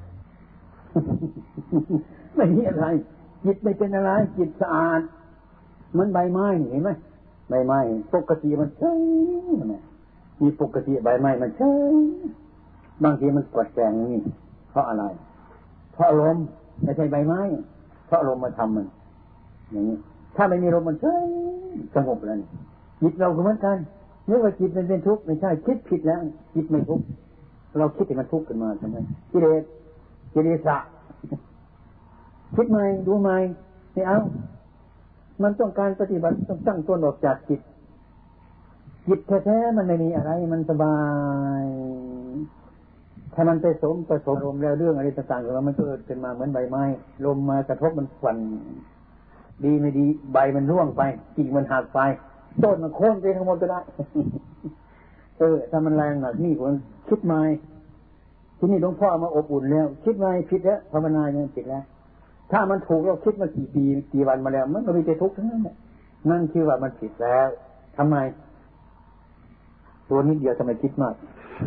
ไม่มีอะไรจิตไม่เป็นอะไรจิตสะอาดมันใบไม้เห็นไหมใบไม้ปกติมันเฉยมีปกติใบไม้มันเฉยบางทีมันกวาดแกงนี่เพราะอะไรเพราะลมไม่ใช่ใบไม้เพราะลมมาทำมันอย่างนี้ถ้าไม่มีลมมันเฉยสงบแล้วจิตเราก็เหมือนกันนึกว่าจิตมันเป็นทุกข์ไม่ใช่คิดผิดแล้วจิตไม่ทุกข์เราคิดให้มันทุกข์ขึ้นมาใช่ไหมกิเลสะคิดใหม่ดูใหม่ไม่เอามันต้องการปฏิบัติต้องตั้งต้นออกจากจิตแท้ๆมันไม่มีอะไรมันสบายถ้ามันไปผสมลมแล้วเรื่องอะไรต่างๆแล้วมันเกิดขึ้นมาเหมือนใบไม้ลมมากระทบมันสั่นดีไม่ดีใบมันร่วงไปกิ่งมันหักไปต้นมันโค่นไปทั้งหมดก็ได้ถ้ามันแรงหนักนี่คนคิดใหม่ทีนี้หลวงพ่อมาอบอุ่นแล้วคิดใหม่ผิดแล้วภาวนาเนี่ยผิดแล้วถ้ามันถูกเราคิดมากี่ปีกี่วันมาแล้วมันก็มีแต่ทุกข์ทั้งนั้นนั่นคือว่ามันผิดแล้วทำไมตัวนี้เดียวทำไมคิดมาก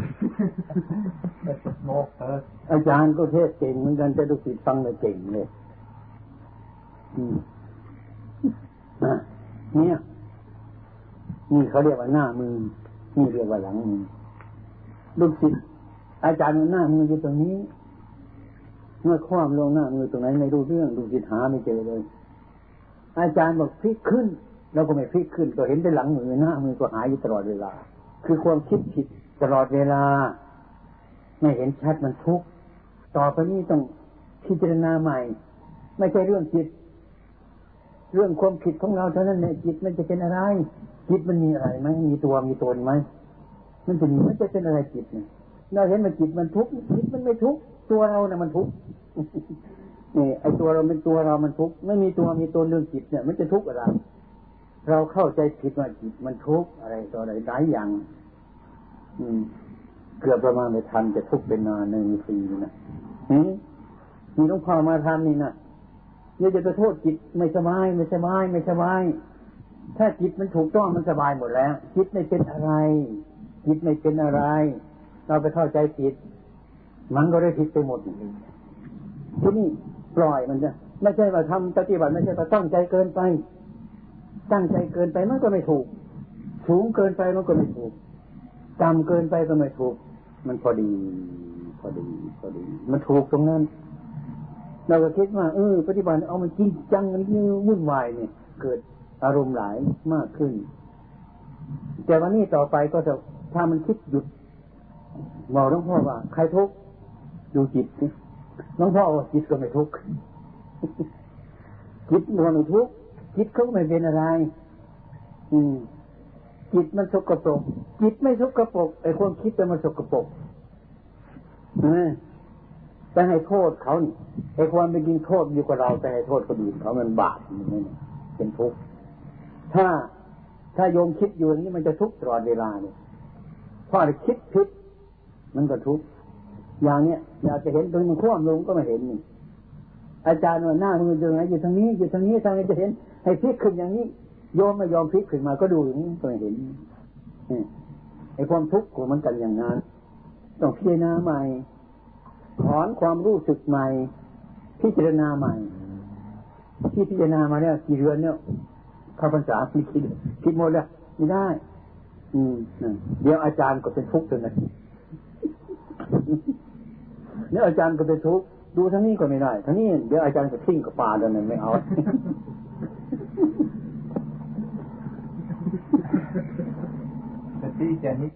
อาจารย์ก็เทศเก่งเหมือนกันแต่ลูกศิษย์ฟังไม่เก่งเลยเนี่ยนี่เขาเรียกว่าหน้ามือนี่เรียกว่าหลังมือลูกศิษย์อาจารย์หน้ามืออยู่ตรงนี้เมื่อคว่ำลงหน้ามือตรงไหนไม่รู้เรื่องลูกศิษย์หาไม่เจอเลยอาจารย์บอกพลิกขึ้นเราก็ไม่พลิกขึ้นก็เห็นแต่หลังมือหน้ามือก็หายอยู่ตลอดเวลาคือความคิดผิดตลอดเวลาไม่เห็นชัดมันทุกข์ต่อไปนี้ต้องพิจารณาใหม่ไม่ใช่เรื่องจิตเรื่องความผิดของเราเท่านั้นแหละจิตมันจะเป็นอะไรจิตมันมีอะไรไหมมีตัวมีตนไหมมันจะเป็นอะไรจิตเนี่ยเราเห็นมันจิตมันทุกข์จิตมันไม่ทุกข์ตัวเราเนี่ยมันทุกข์นี่ไอ้ตัวเราเป็นตัวเรามันทุกข์ไม่มีตัวมีตนเรื่องจิตเนี่ยมันจะทุกข์อะไรเราเข้าใจผิดว่าจิตมันทุกข์อะไรต่ออะไรหลายอย่างเกือบประมาณไม่ทันจะทุกข์เป็นนาน1 ปีนะมีหลวงพ่อมาทำนี่นะเนี่ยจะไปโทษจิตไม่สบายไม่สบายไม่สบายถ้าจิตมันถูกต้องมันสบายหมดแล้วจิตไม่เป็นอะไรจิตไม่เป็นอะไรเราไปเข้าใจผิดมันก็ได้ผิดไปหมดทีนี้ปล่อยมันจะไม่ใช่ว่าทำปฏิบัติไม่ใช่ว่าตั้งใจเกินไปตั้งใจเกินไปมันก็ไม่ถูกสูงเกินไปมันก็ไม่ถูกต่ำเกินไปก็ไม่ถูกมันพอดีมันถูกตรงนั้นเราก็คิดว่าปฏิบัติเอามันจริงจังมันวุ่นวายเนี่ยเกิดอารมณ์หลายมากขึ้นแต่วันนี้ต่อไปก็จะถ้ามันคิดหยุดบอกหลวงพ่อว่าใครทุกข์ดูจิตสิหลวงพ่อว่าจิตก็ไม่ทุกข์จิตมันไม่ทุกข์จิตเขาก็ไม่เป็นอะไรจิตมันสกปรกจิตไม่สกปรกไอ้ความคิดมันสกปรกแต่ให้โทษเขานี่ไอ้ความเป็นจริงโทษอยู่กับเราแต่ให้โทษคนอื่นเขามันบาปนี่เป็นทุกข์ถ้าโยมคิดอยู่อย่างนี้มันจะทุกข์ตลอดเวลาเนี่ยเพราะคิดผิดมันก็ทุกข์อย่างเนี้ยอยากจะเห็นตรงมันคว่ำลงก็ไม่เห็นนี่อาจารย์ว่าหน้ามืออยู่ไหนอยู่ทางนี้ทางนี้จะเห็นให้พลิกขึ้นอย่างนี้โยมไม่ยอมพลิกขึ้นมาก็ดูอย่างนี้ก็ไม่เห็นไอ้ความทุกข์ของมันกันอย่างนั้นต้องพิจารณาใหม่ถอนความรู้สึกใหม่พิจารณาใหม่ที่พิจารณามาเนี่ยกี่เดือนเนี่ยเข้าพรรษาคิดหมดแล้วไม่ได้เดี๋ยวอาจารย์ก็เป็นทุกข์จนนะเนี่ยอาจารย์ก็เป็นทุกข์ดูทั้งนี้ก็ไม่ได้ทั้งนี้เดี๋ยวอาจารย์จะทิ้งกับปลาแล้วนั่นไม่เอาที่จะนี้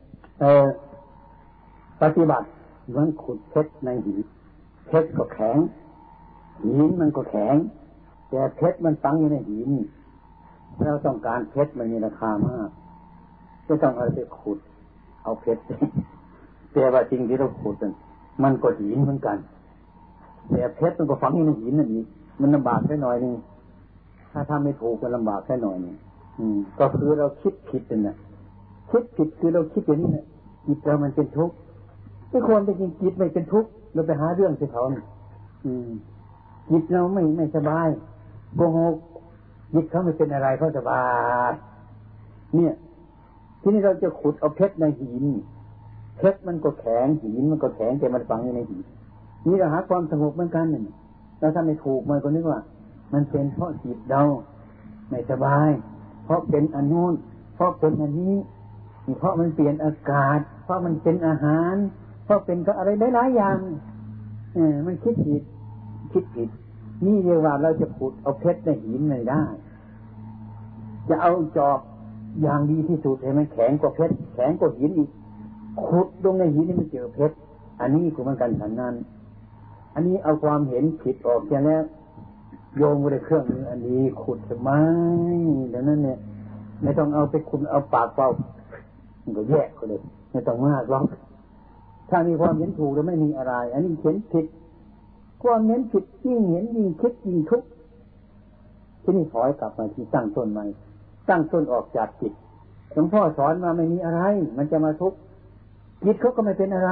ปฏิบัติเหมือนขุดเพชรในหินเพชรก็แข็งหินมันก็แข็งแต่เพชรมันฝังอยู่ในหินเราต้องการเพชรมันมีราคามากก็ต้องเอาไปขุดเอาเพชรแต่ว่าจริงที่เราขุดมันก็หินเหมือนกันแต่เพชรมันก็ฝังอยู่ในหินนั่นเองมันลำบากแค่หน่อยนึงถ้าทำไม่ถูกก็ลำบากแค่หน่อยนึงก็คือเราคิดผิดนะคิดผิดคือเราคิดอย่างนี้เนี่ยจิตเรามันเป็นทุกข์ไม่ควรเป็นจริงจิตไม่เป็นทุกข์เราไปหาเรื่องที่เขาจิตเราไม่สบายโกหกจิตเขาไม่เป็นอะไรเขาสบายเนี่ยทีนี้เราจะขุดเอาเพชรในหินเพชรมันก็แข็งหินมันก็แข็งแต่มันฝังอยู่ในหินนี่เราหาความสงบเหมือนกันเนี่ยเราทำไม่ถูกมันก็นึกว่ามันเป็นเพราะจิตเราไม่สบายเพราะเป็นอันนู้นเพราะเป็นอันนี้เพราะมันเปลี่ยนอากาศเพราะมันเป็นอาหารเพราะเป็นก็อะไรหลายๆอย่างมันคิดผิดนี่เรียกว่าเราจะขุดเอาเพชรในหินไม่ได้จะเอาจอบอย่างดีที่สุดให้มันแข็งกว่าเพชรแข็งกว่าหินอีกขุดลงในหินนี่มันเจอเพชรอันนี้ก็เหมือนกันฉันนั้นอันนี้เอาความเห็นผิดออกแค่แล้วโยงไปในเครื่องมืออันนี้ขุดทำไมดังนั้นเนี่ยไม่ต้องเอาไปขุดเอาปากเปล่ามันก็แยกก็เลยไม่ต้องมากหรอกถ้ามีความเห็นถูกแล้วไม่มีอะไรอันนี้เห็นผิดความเห็นผิดยิ่งเห็นยิ่งคิดยิ่งทุกข์ที่นี่ถอยกลับมาที่ตั้งต้นใหม่ตั้งต้นออกจากจิตหลวงพ่อสอนมาไม่มีอะไรมันจะมาทุกข์จิตเขาก็ไม่เป็นอะไร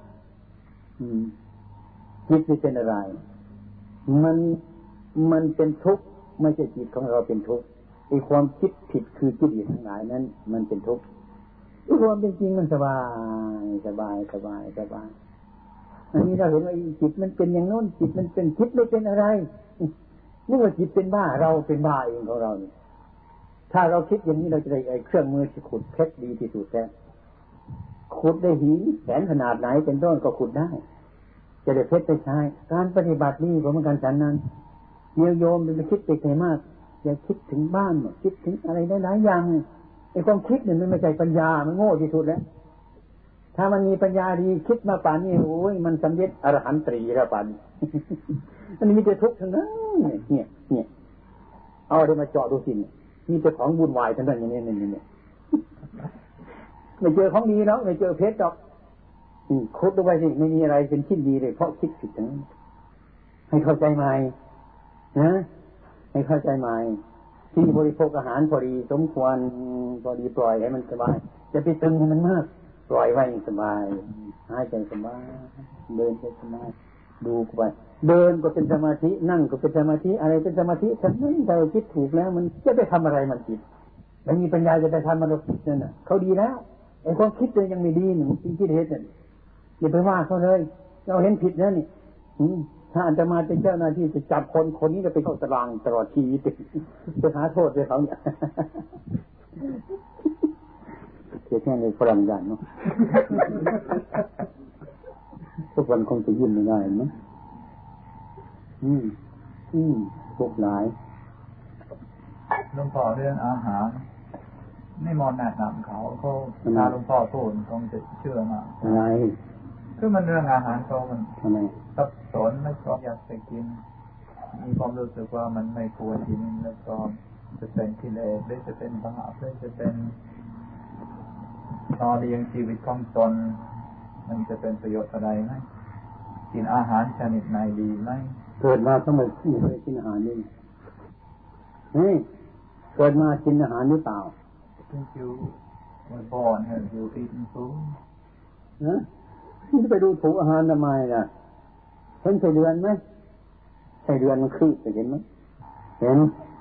จิตไม่เป็นอะไรมันเป็นทุกข์ไม่ใช่จิตของเราเป็นทุกข์ไอ้ความคิดผิดคือกิเลสทั้งหลายนั้นมันเป็นทุกข์ความเป็นจริงมันสบายอันนี้เราเห็นว่าจิตมันเป็นอย่างโน้นจิตมันเป็นคิดไม่เป็นอะไรนึกว่าจิตเป็นบ้าเราเป็นบ้าเองของเราเนี่ยถ้าเราคิดอย่างนี้เราจะได้ไอ้เครื่องมือที่ขุดเพชรดีที่สุดแล้วขุดได้หินแสนขนาดไหนเป็นต้นก็ขุดได้จะได้เพชรไปใช้การปฏิบัตินี่ก็เหมือนกันฉันนั้นโยมมันคิดไปไกลมากอย่าคิดถึงบ้านคิดถึงอะไรหลายๆอย่างไอ้ความคิดเนี่ยมันไม่ใช่ปัญญามันโง่ที่สุดแล้วถ้ามันมีปัญญาดีคิดมาป่านนี้โอ้ยมันสำเร็จอรหันตรีแล้วป่านนี้อันนี้มีแต่ทุกข์ทั้งนั้นเนี่ยเอาอะไรมาเจาะดูสิมีแต่ของวุ่นวายทั้งนั้นอย่างนี้เนี่ยไม่เจอของดีแล้วไม่เจอเพชรหรอกคุดลงไปสิไม่มีอะไรเป็นชิ้นดีเลยเพราะคิดผิดทั้งนั้นให้เข้าใจใหม่นะให้เข้าใจใหม่ที่บริโภคอาหารพอดีสมควรพอดีปล่อยให้มันสบายจะไปตึงให้มันมากปล่อยไว้สบายหายใจสบายเดินไปสบายดูไปเดินก็เป็นสมาธินั่งก็เป็นสมาธิอะไรเป็นสมาธิฉันไม่เราคิดถูกแล้วมันจะไปทำอะไรมันผิดไม่มีปัญญาจะไปทำมันผิดนั่นน่ะเขาดีแล้วไอ้ความคิดเลยยังไม่ดีหนึ่งสิ่งที่เหตุเนี่ยอย่าไปว่าเขาเลยเราเห็นผิดแล้วนี่ถ้าอาจจะมาเป็นเจ้าหน้าที่จะจับคนนี้จะไปเข้าตารางตลอดชีวิตไปหาโทษเลยเขาเนี่ยเสียแค่ในฝรั่งอย่างเนาะทุกวันคงจะยิ้มไม่ได้มั้งพวกหลายหลวงพ่อเรื่องอาหารไม่มอนแนะนำเขาถ้าหลวงพ่อพูดคงจะเชื่อมากอะไรคือมันเรื่องอาหารเขามันทำไมสับสนไม่ชอบอยากไปกินมีความรู้สึกว่ามันไม่ควรกินแล้วก็จะเป็นกิเลสหรือจะเป็นบาปหรือจะเป็นต่อเลี้ยงชีวิตของตนมันจะเป็นประโยชน์อะไรไหมกินอาหารชนิดไหนดีไหมเกิดมาต้องไม่เคยกินอาหารนี่เกิดมากินอาหารหรือเปล่า Since you were born have you eaten food ไปดูถูกอาหารทำไมล่ะเห็นไส้เดือนไหมไส้เดือนมันคืบเห็นไหมเห็น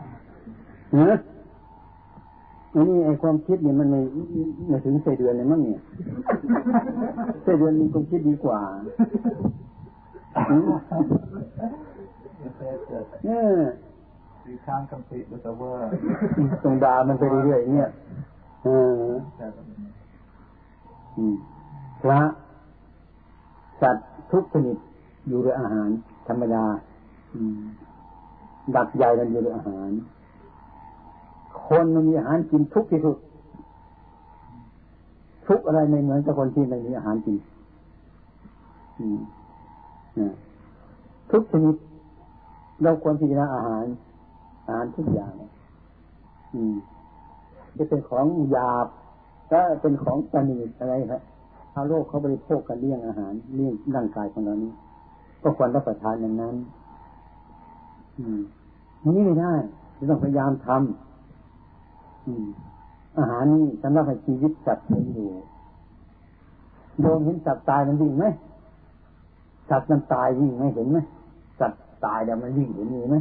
นี่ไอ้ความคิดเนี่ยมันไม่ถึงไส้เดือนเลยมั้งเนี่ยไส้เดือนมีความคิดดีกว่า You can't compete with the world ตรงดามันไปเรื่อยๆเนี่ยพระสัตว์ทุกชนิดอยู่ด้วยอาหารธรรมดาดักใหญ่กันอยู่ด้วยอาหารคนมันมีอาหารกินทุกที่สุดทุกอะไรไม่เหมือนกับคนที่ไม่มีอาหารกินทุกชนิดเราควรพิจารณาอาหารทุกอย่างจะเป็นของหยาบก็เป็นของประณีตอะไรครับชาวโลกเขาบริโภคกันเลี้ยงอาหารเลี้ยงร่างกายของเรานี้ก็ควรรับประทานอย่างนั้นนี้ไม่ได้ต้องพยายามทำอาหารนี้สำหรับให้ชีวิตสัตว์เป็นอยู่โยมเห็นสัตว์ตายมันวิ่งไหมสัตว์มันตายวิ่งไหมเห็นไหมสัตว์ตายแล้วมันวิ่งเห็นไหม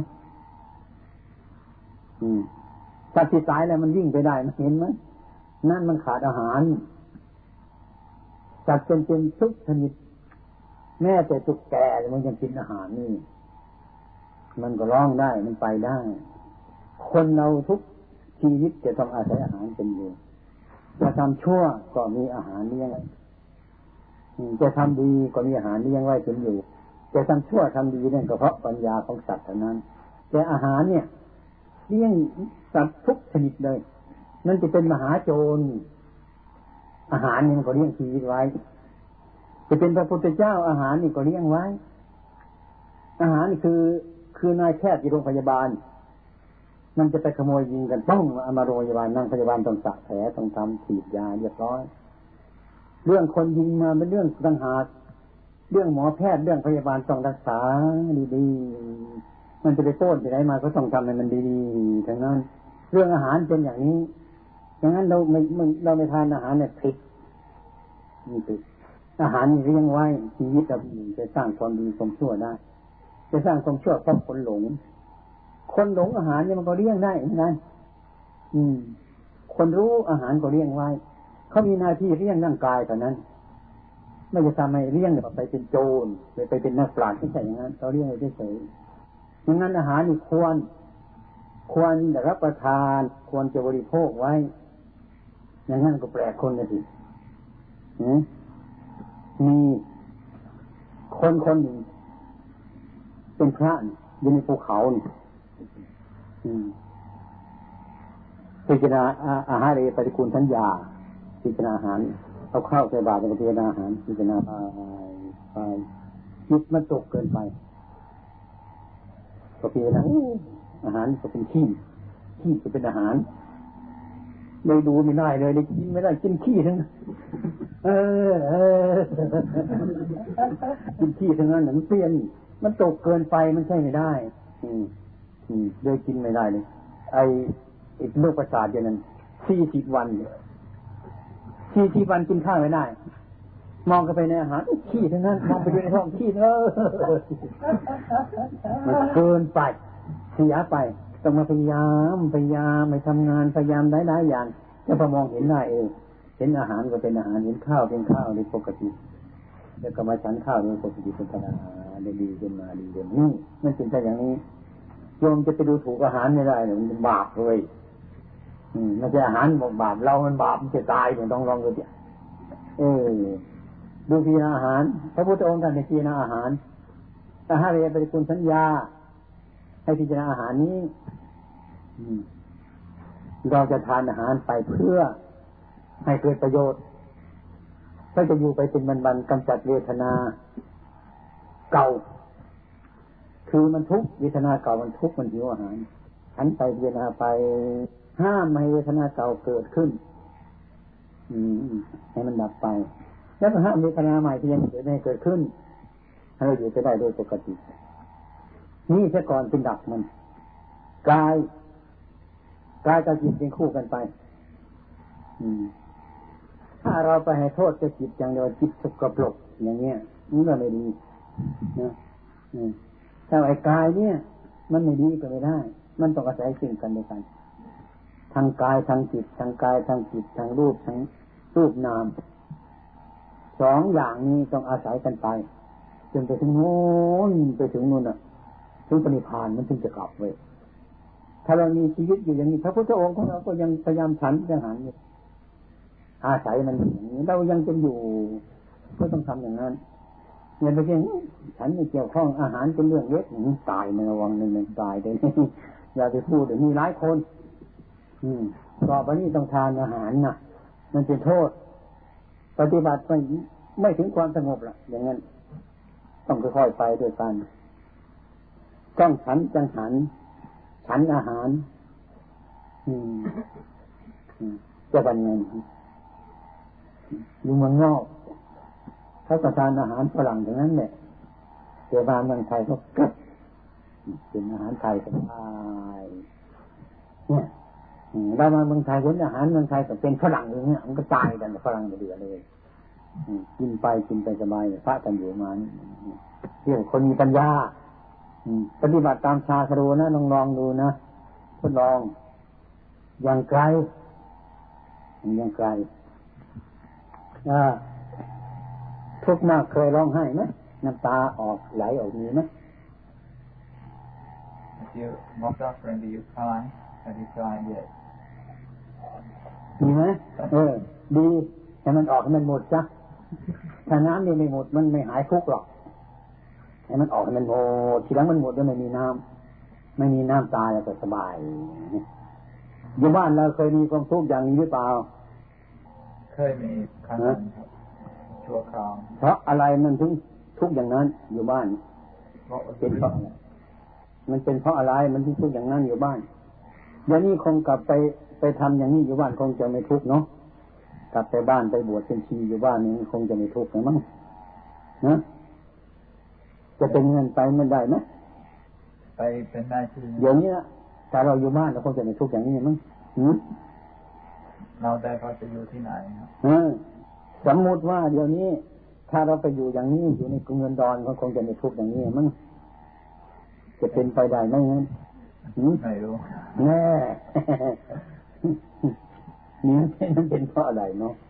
สัตว์ที่ตายแล้วมันวิ่งไปได้มันเห็นไหมนั่นมันขาดอาหารสัตว์เป็นทุกชนิดแม้แต่ตุ๊กแกมันยังกินอาหารนี่มันก็ร้องได้มันไปได้คนเราทุกชีวิตจะต้องอาศัยอาหารเป็นอยู่จะทำชั่วก็มีอาหารเลี้ยงจะทำดีก็มีอาหารเลี้ยงไว้เป็นอยู่จะทำชั่วทำดีนั่นก็เพราะปัญญาของสัตว์เท่านั้นแต่อาหารเนี่ยเลี้ยงสัตว์ทุกชนิดเลยนั่นจะเป็นมหาโจรอาหารนี่มันก็เลี้ยงชีวิตไว้จะเป็นพระพุทธเจ้าอาหารนี่ก็เลี้ยงไว้อาหารนี่คือนายแพทย์ที่โรงพยาบาลมันจะไปขโมยยิงกันต้องเอามาโรงพยาบาลนั่งพยาบาลต้องสักแผลต้องทำฉีดยาเรียบร้อยเรื่องคนยิงมาเป็นเรื่องต่างหากเรื่องหมอแพทย์เรื่องพยาบาลต้องรักษาดีๆมันจะไปโต้นไปไหนมาก็ต้องทำให้มันดีๆทั้งนั้นเรื่องอาหารเป็นอย่างนี้อย่างนั้นเราไม่ทานอาหารเนี่ยผิดนี่ผิดอาหารเลี้ยงไว้ชีวิตเราจะสร้างความดีความชั่วได้จะสร้างความชั่วเพราะคนหลงอาหารเนี่ยมันก็เลี้ยงได้เหมือนกันคนรู้อาหารก็เลี้ยงไว้เขามีหน้าที่เลี้ยงร่างกายเท่านั้นไม่จะทำให้เลี้ยงไปเป็นโจรไปเป็นนักปราชญ์ไม่ใช่อย่างนั้นเขาเลี้ยงไว้เฉยๆอย่างนั้นอาหารนี่ควรจะรับประทานควรจะบริโภคไว้อย่างนั้นก็แปลกคนนะสิมีคนหนึ่งเป็นพระอยู่ในภูเขาพิจารณาอาหารปฏิกูลทัญญาพิจารณาอาหารเอาข้าวใส่บาตรในพิจารณาอาหารพิจารณาไปจิตมันตกเกินไปก็พิจารณาอาหารก็เป็นขี้จะเป็นอาหารเลยดูไม่ได้เลยกินไม่ได้กินขี้ทั้งนั้นกินขี้ทั้งนั้นมันเปลี่ยนมันตกเกินไปมันใช่ไม่ได้เลยกินไม่ได้เลยไอ้โรคประสาทอย่างนั้น40 วัน40 วันกินข้าวไม่ได้มองกันไปในอาหารขี้ทั้งนั้นมองไปดูในท้องขี้มันเกินไปเสียไปต้องมาพยายามไปทำงานพยายามหลายๆอย่างจะพอมองเห็นได้เห็นอาหารก็เป็นอาหารเห็นข้าวเป็นข้าวในปกติแล้วก็มาฉันข้าวในปกติเป็นธรรมดาดีขึ้นมาดีขึ้นนี่มันเป็นแต่อย่างนี้โยมจะไปดูถูกอาหารไม่ได้เลยมันบาปเลยมันจะอาหารบอกบาปเรามันบาปมันจะตายอย่างต้องลองดูดิดูพิจารณาอาหารพระพุทธองค์ท่านพิจารณาอาหารแต่ถ้าเรียนปฏิกูลสัญญาให้พิจารณาอาหารนี้เราจะทานอาหารไปเพื่อให้เกิดประโยชน์ถ้าจะอยู่ไปเป็นวันๆกำจัดเวทนาเก่าคือมันทุกข์เวทนาเก่ามันทุกข์มันหิวอาหารฉันไปพิจารณาไปห้ามไม่ให้เวทนาเก่าเกิดขึ้นให้มันดับไปแล้วก็ห้ามเวทนาใหม่ที่ยังเกิดขึ้นให้เราอยู่ไปได้โดยปกตินี่ซะก่อนเป็นดับมันกายกับจิตเป็นคู่กันไปถ้าเราไปให้โทษจะจิตอย่างเดียวจิตสกปรกอย่างเงี้ยนี่ก็ไม่ดีนะถ้าไอ้กายเนี่ยมันไม่ดีก็ไม่ได้มันต้องอาศัยสิ่งกันด้วยกันทางกายทางจิตทางกายทางจิตทางรูปทางรูปนามสองอย่างนี้ต้องอาศัยกันไปจนไปถึงโน้นไปถึงนู่นน่ะถึงปณิพพานมันถึงจะกลับเว้ยถ้าเรามีชีวิตอยู่อย่างนี้พระพุทธองค์ของเราก็ยังพยายามฉันยังหันอยู่อาศัยมันอย่างนี้เรายังจะอยู่ก็ต้องทำอย่างนั้นอย่าไปเพียงฉันไม่เกี่ยวข้องอาหารเป็นเรื่องเล็กตายมันระวังนึงตายเลยอย่าไปพูดเดี๋ยวมีหลายคนต่อไปนี้ต้องทานอาหารนะมันเป็นโทษปฏิบัติไม่ถึงความสงบละอย่างนั้นต้องค่อยๆไปด้วยกันต้องฉันจังหันฉันอาหารจะเป็นเงินอยู่เมืองนอกเขาก็ทานอาหารฝรั่งอย่างนั้นแหละเจ้าบ้านเมืองไทยก็กลับเป็นอาหารไทยสบายเนี่ยเรามาเมืองไทยคนอาหารเมืองไทยก็เป็นฝรั่งอย่างเงี้ยมันก็ตายกันฝรั่งเดือดเลยกินไปสบายพระกันอยู่มาเรื่องคนมีปัญญาปฏิบัติตามชาครูนะลองดูนะทดลองอย่างไกลทุกข์มากเคยร้องไห้ไหมน้ำตาออกไหลออกมีไหม If you not suffering, do you cry? Have you cried yet? มีไหมดีให้มันออกให้มันหมดจ้ะถ้าน้ำนี่ไม่หมดมันไม่หายทุกข์หรอกให้มันออกให้มันหมดทีหลังมันหมดแล้วไม่มีน้ำตาแล้วก็สบายอยู่บ้านเราเคยมีความทุกข์อย่างนี้หรือเปล่าเคยมีครั้งนึงครับชั่วคราวเพราะอะไรมันถึงทุกข์อย่างนั้นอยู่บ้านเป็นเพราะอะไรมันเป็นเพราะอะไรมันถึงทุกข์อย่างนั้นอยู่บ้านเดี๋ยวนี้คงกลับไปทำอย่างนี้อยู่บ้านคงจะไม่ทุกข์เนาะกลับไปบ้านไปบวชเป็นชีอยู่บ้านนี้คงจะไม่ทุกข์มั้งนะจะเป็นเงินไปมันได้ไหมไปเป็นได้ที่เดี๋ยวนี้นะถ้าเราอยู่บ้านเราคงจะไม่ทุกข์อย่างนี้มั้งเราได้เขาจะอยู่ที่ไหนครับสมมติว่าเดี๋ยวนี้ถ้าเราไปอยู่อย่างนี้อยู่ในกรุงเงินดอนก็คงจะไม่ทุกข์อย่างนี้มั้งจะเป็นไปได้ไหมงั้นไม่รู้แน่นี่มันเป็นเพราะอะไรเนาะ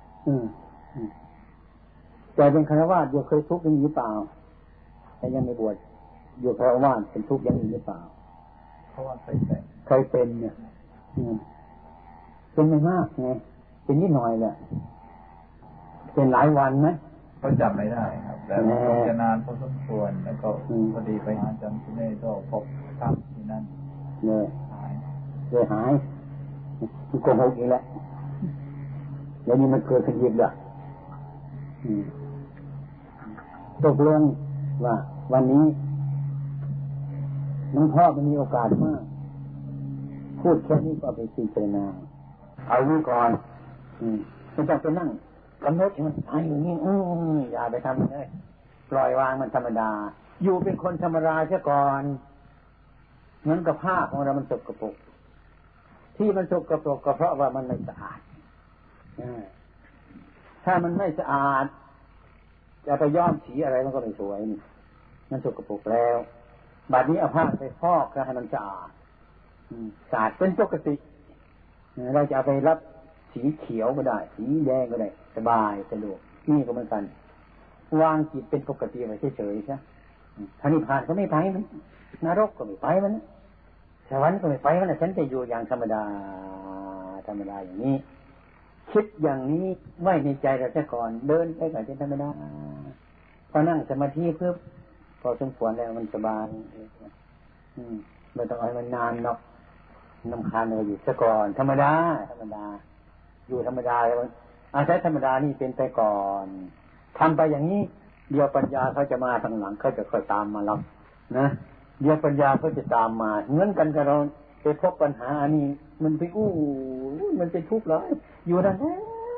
แต่เป็นฆราวาสอยู่เคยทุกข์อย่างนี้หรือเปล่าแต่ยังไม่บวชอยู่ฆราวาสเป็นทุกข์อย่างนี้หรือเปล่าเพราะว่าเคยเป็นเนี่ยเป็นไม่มากไงเป็นนิดหน่อยแหละเป็นหลายวันไหมก็จำไม่ได้ครับแต่จะนานพอสมควรแล้วก็พอดีไปหาจำที่นี่ก็พบภาพที่นั่นเนี่ยหายมันโกหกอีกแล้วแล้วนี่มันเกิดขึ้นอีกแล้วตกลงว่าวันนี้น้องพ่อมันมีโอกาสมากพูดแค่นี้ก็ไปพิจารณาเอาไว้ก่อนไม่ต้องไปนั่งกำหนดมันตายอย่างนี้อย่าไปทำเลยปล่อยวางมันธรรมดาอยู่เป็นคนธรรมดาเสียก่อนเหมือนกับผ้าของเรามันสกปรกที่มันสกปรกก็เพราะว่ามันไม่สะอาดถ้ามันไม่สะอาดจะไปย้อมสีอะไรมันก็ไม่สวยนี่มันสกปรกแล้วบัดนี้เอาผ้าไปฟอกแล้วให้มันสะอาดสะอาดเป็นปกติเราจะเอาไปรับสีเขียวก็ได้สีแดงก็ได้สบายสะดวกนี่ก็เหมือนกันวางจิตเป็นปกติไว้เฉยๆใช่ถ้านิพพานก็ไม่ไปมันนรกก็ไม่ไปมันสวรรค์ก็ไม่ไปมันฉันจะอยู่อย่างธรรมดาอย่างนี้คิดอย่างนี้ไว้ในใจเราซะก่อนเดินไปกับธรรมดาพอนั่งสมาธิเพื่อพอสมควรแล้วมันสบายไม่ต้องเอามันนานเนาะนำคาญเราอยู่ซะก่อนธรรมดาอยู่ธรรมดาแล้วอาศัยธรรมดานี่เป็นไปก่อนทำไปอย่างนี้เดี๋ยวปัญญาเขาจะมาทางหลังเขาจะค่อยตามมารับนะเดี๋ยวปัญญาเขาจะตามมาเหมือนกันกับเราไปพบปัญหาอันนี้มันไปมันเป็นทุกข์เลยอยู่นั่นแหละ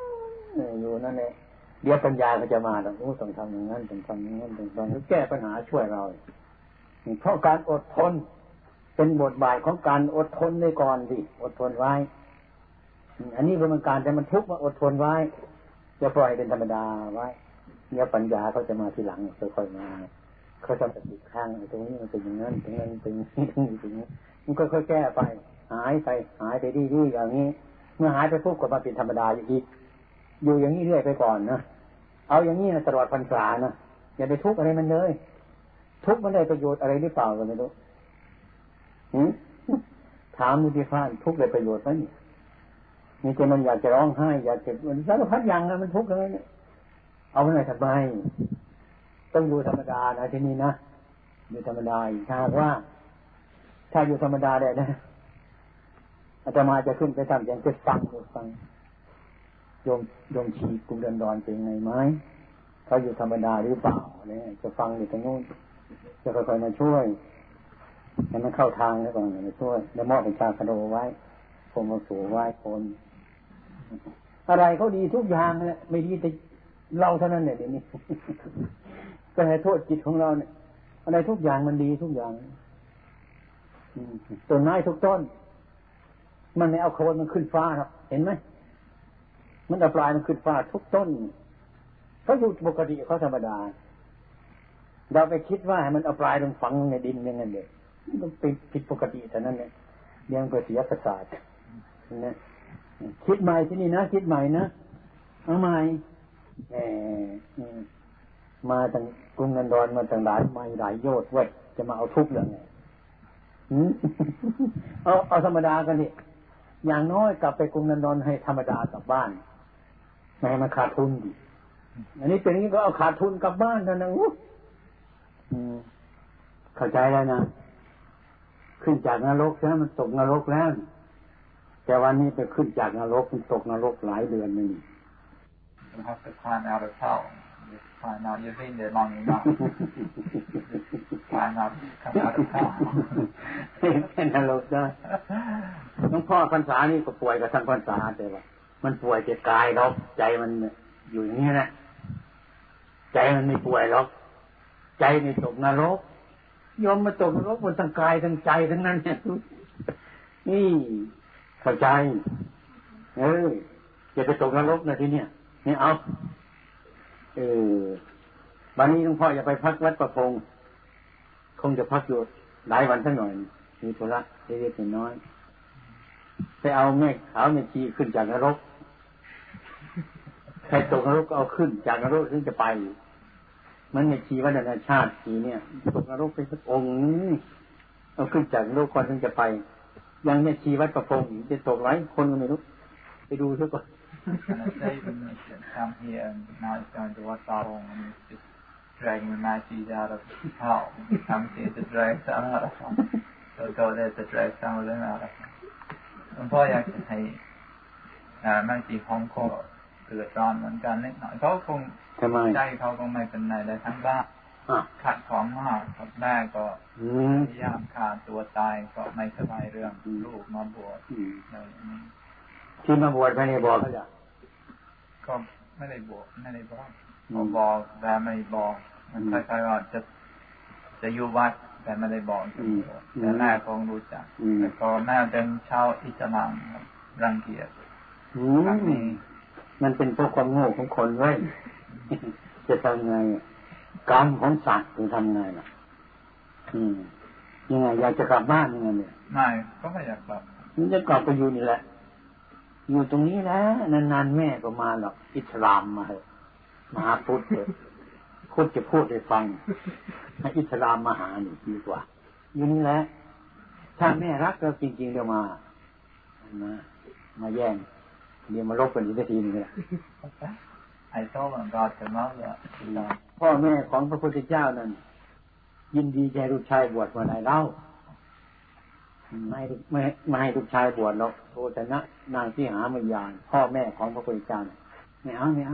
เดี๋ยวปัญญาเขาจะมาแล้วต้องทำอย่างนั้นต้องทำอย่างนั้นต้องแก้ปัญหาช่วยเราเพราะการอดทนเป็นบทบาทของการอดทนในก่อนสิอดทนไว้อันนี้เป็นการแต่มันทุกข์มาอดทนไว้จะปล่อยเป็นธรรมดาไว้เนี่ยปัญญาเขาจะมาทีหลังค่อยๆมาเขาจะมาติดข้างตรงนี้มันเป็นอย่างนั้นตรงนั้นเป็นอย่างนี้มันค่อยๆแก้ไปหายไปดีๆอย่างนี้เมื่อหายไปปุ๊บก็มาเป็นธรรมดาอยู่อีกอยู่อย่างนี้เรื่อยไปก่อนนะเอาอย่างนี้นะตลอดพรรษานะอย่าไปทุกข์อะไรมันเลยทุกข์มันได้ประโยชน์อะไรหรือเปล่าก็ไม่รู้ถามดูที่ฟ้าทุกข์ได้ประโยชน์ไหมนี่จะมันอยากจะร้องไห้อยากจะมันสารพัดอย่างนะมันทุกข์อะไรเนี่ยเอาไว้ทำไมต้องอยู่ธรรมดานะที่นี่นะอยู่ธรรมดาถ้าว่าถ้าอยู่ธรรมดาได้นะอาตมาจะขึ้นไปทำอย่างจะฟังโยมชีกรุงเดินดอนเป็นไงไหมเขาอยู่ธรรมดาหรือเปล่าเนี่ยจะฟังอยู่ตรงนู้นจะค่อยๆมาช่วยให้มันเข้าทางแล้วก่อนมาช่วยแล้วมอบเป็นชาคโดไว้พรมสูไว้คนอะไรเขาดีทุกอย่างแหละไม่ดีแต่เราเท่านั้นเนี่ยเดี๋ยวนี้ก็ให้โทษจิตของเราเนี่ยอะไรทุกอย่างมันดีทุกอย่างต้นไม้ทุกต้นมันไม่เอาโคนมันขึ้นฟ้าครับเห็นไหมมันเอาปลายมันขึ้นฟ้าทุกต้นเขาอยู่ปกติเขาธรรมดาเราไปคิดว่าให้มันเอาปลายลงฝังในดินอย่างนั้นเด็กมันเป็นผิดปกติแต่นั้นเนี่ยยังไปเสียประสาทนะคิดใหม่ที่นี่นะคิดใหม่นะเอาใหม่มาตั้งกรุงนันดรมาตั้งหลายโยชน์เว้ยจะมาเอาทุกข์ยังไงเอาธรรมดากันดิอย่างน้อยกลับไปกรุงนันดรให้ธรรมดากลับบ้านไม่ให้มันขาดทุนดิอันนี้เป็นอย่างนี้ก็เอาขาดทุนกลับบ้านนั่นนะเข้าใจแล้วนะขึ้นจากนรกใช่ไหมมันตกนรกแล้วแต่วันนี้ไปขึ้นจากนรกมันตกนรกหลายเดือนนี่ You have to climb out of hell. You climb out. You've been there long enough. Climb out. Come out of hell. เป็นนรกได้หลวงพ่อพรรษานี่ก็ป่วยกับทั้งพรรษาแต่ว่ามันป่วยแต่กายเราใจมันอยู่อย่างนี้นะใจมันไม่ป่วยหรอกใจไม่ตกนรกยอมมาตกนรกบนทั้งกายทั้งใจทั้งนั้นเนี่ยนี่เข้าใจอย่าไปตกนรกนะทีเนี้ยนี่เอาวันนี้หลวงพ่ออย่าไปพักวัดประพงษ์คงจะพักอยู่หลายวันสักหน่อยมีธุระเล็กๆน้อยๆไปเอาแม่ขาวแม่ชีขึ้นจากนรกใครตกนรกก็เอาขึ้นจากนรกถึงจะไปมันแม่ชีวัดนาชาติชีเนี่ยตกนรกไปสักองค์เอาขึ้นจากนรกก่อนถึงจะไปยังแม่ชีวัดประพงษ์จะตกหลายคนก็ไม่รู้ไปดูซะก่อน And I say when you come here and now he's going to Wat Sarong and he's just dragging the Magis out of hell. He comes here to drag some out of hell. So go there to drag some of them out of hell. หลวงพ่ออยากจะให้แม่ชีของเขาเกิดร้อนเหมือนกันนิดหน่อยเขาคงใจเขาคงไม่เป็นไรได้ทั้งบ้านขัดของมากครับแม่ก็พยายามฆ่าตัวตายก็ไม่สบายเรื่องลูกมาบวชอะไรอย่างนี้ที่มาบวชไม่ได้บอกเขาจะก็ไม่ได้บอกบอกแต่ไม่บอกมันคล้ายๆว่าจะอยู่วัดแต่ไม่ได้บอกแต่แม่คงรู้จักแต่ก็แม่เป็นชาวอิสลามรังเกียจมันเป็นเพราะความโง่ของคนเว้ยจะทำไงกรรมของสัตว์จะทำไงล่ะยังไงอยากจะกลับบ้านยังไงเนี่ยไม่ก็ไม่อยากกลับมันจะกลับไปอยู่นี่แหละอยู่ตรงนี้แหละนานๆแม่ก็มาหรอกอิสลามมาเหอะมาหาพุทธเถอะพุทธจะพูดให้ฟังให้อิสลามมาหาหนูดีกว่าอยู่นี่แหละถ้าแม่รักเราจริงๆเดี๋ยวมาแย่งเดี๋ยวมาลบกันอีกทีนึงเลยไอ้โซ่มันกอดกันมากเลยพ่อแม่ของพระพุทธเจ้านั้นยินดีใจลูกชายบวชมาไหนเล่าไม่ให้ลูกชายบวชหรอกโทษนะนางที่หามายานพ่อแม่ของพระพุทธเจ้าไม่เอาไม่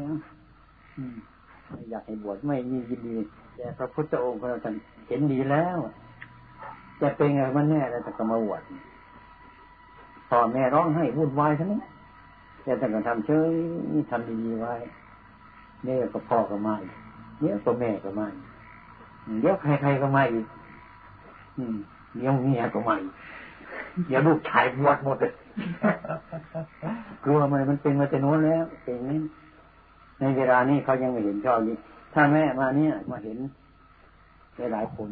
อยากให้บวชไม่มียินดีแต่พระพุทธองค์เราท่านเห็นดีแล้วจะเป็นไงมันแน่แล้วแต่ก็มาบวชพ่อแม่ร้องให้วุ่นวายทั้งนั้นแต่ท่านก็ทำเฉยทำดีๆไว้เนี่ยก็พ่อก็มาอีกเนี่ยก็แม่ก็มาอีกเดี๋ยวใครๆก็มาอีกเดี๋ยวเมียก็มาอีกเดี๋ยวลูกชายบวชหมดเลยกลัวมันเป็นมาแต่โน้นแล้วเป็นนี้ในเวลานี้เขายังไม่เห็นชอบนี้ถ้าแม่มาเนี่ยมาเห็นหลายคน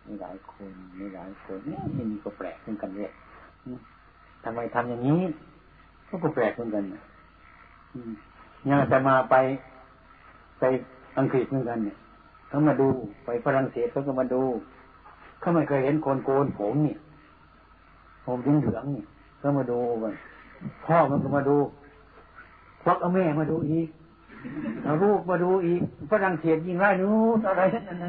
เนี่ยมีก็แปลกเหมือนกันเนี่ยทำไมทำอย่างนี้ก็แปลกเหมือนกันยังจะมาไปอังกฤษเหมือนกันเนี่ยเขามาดูไปฝรั่งเศสเขาก็มาดูเขาไม่เคยเห็นคนโกนผมนี่ผมเหลืองนี่เขามาดูกันพ่อมันก็มาดูควักเอาแม่มาดูอีกเอาลูกมาดูอีกฝรั่งเศสยิงไล่นู้นอะไรนั่น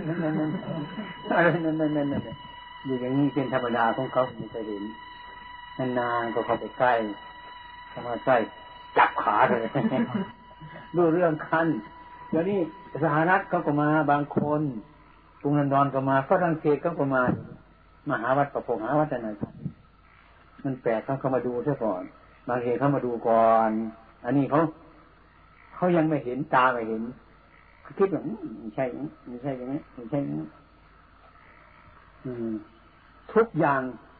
อยู่อย่างนี้เป็นธรรมดาของเขาไม่เคยเห็นนานๆก็เข้าไปใกล้เข้ามาใกล้จับขาเลยดูเรื่องคันเดี๋ยวนี้สหรัฐเขาก็มาบางคนกรุงลอนดอนก็มาฝรั่งเศสเขาก็มาหาวัดประพงหาวัดไหนมันแปลกเขามาดูซะก่อนบางทีเขามาดูก่อนอันนี้เขายังไม่เห็นตาไม่เห็นคิดว่าไม่ใช่อย่างนี้ทุกอย่าง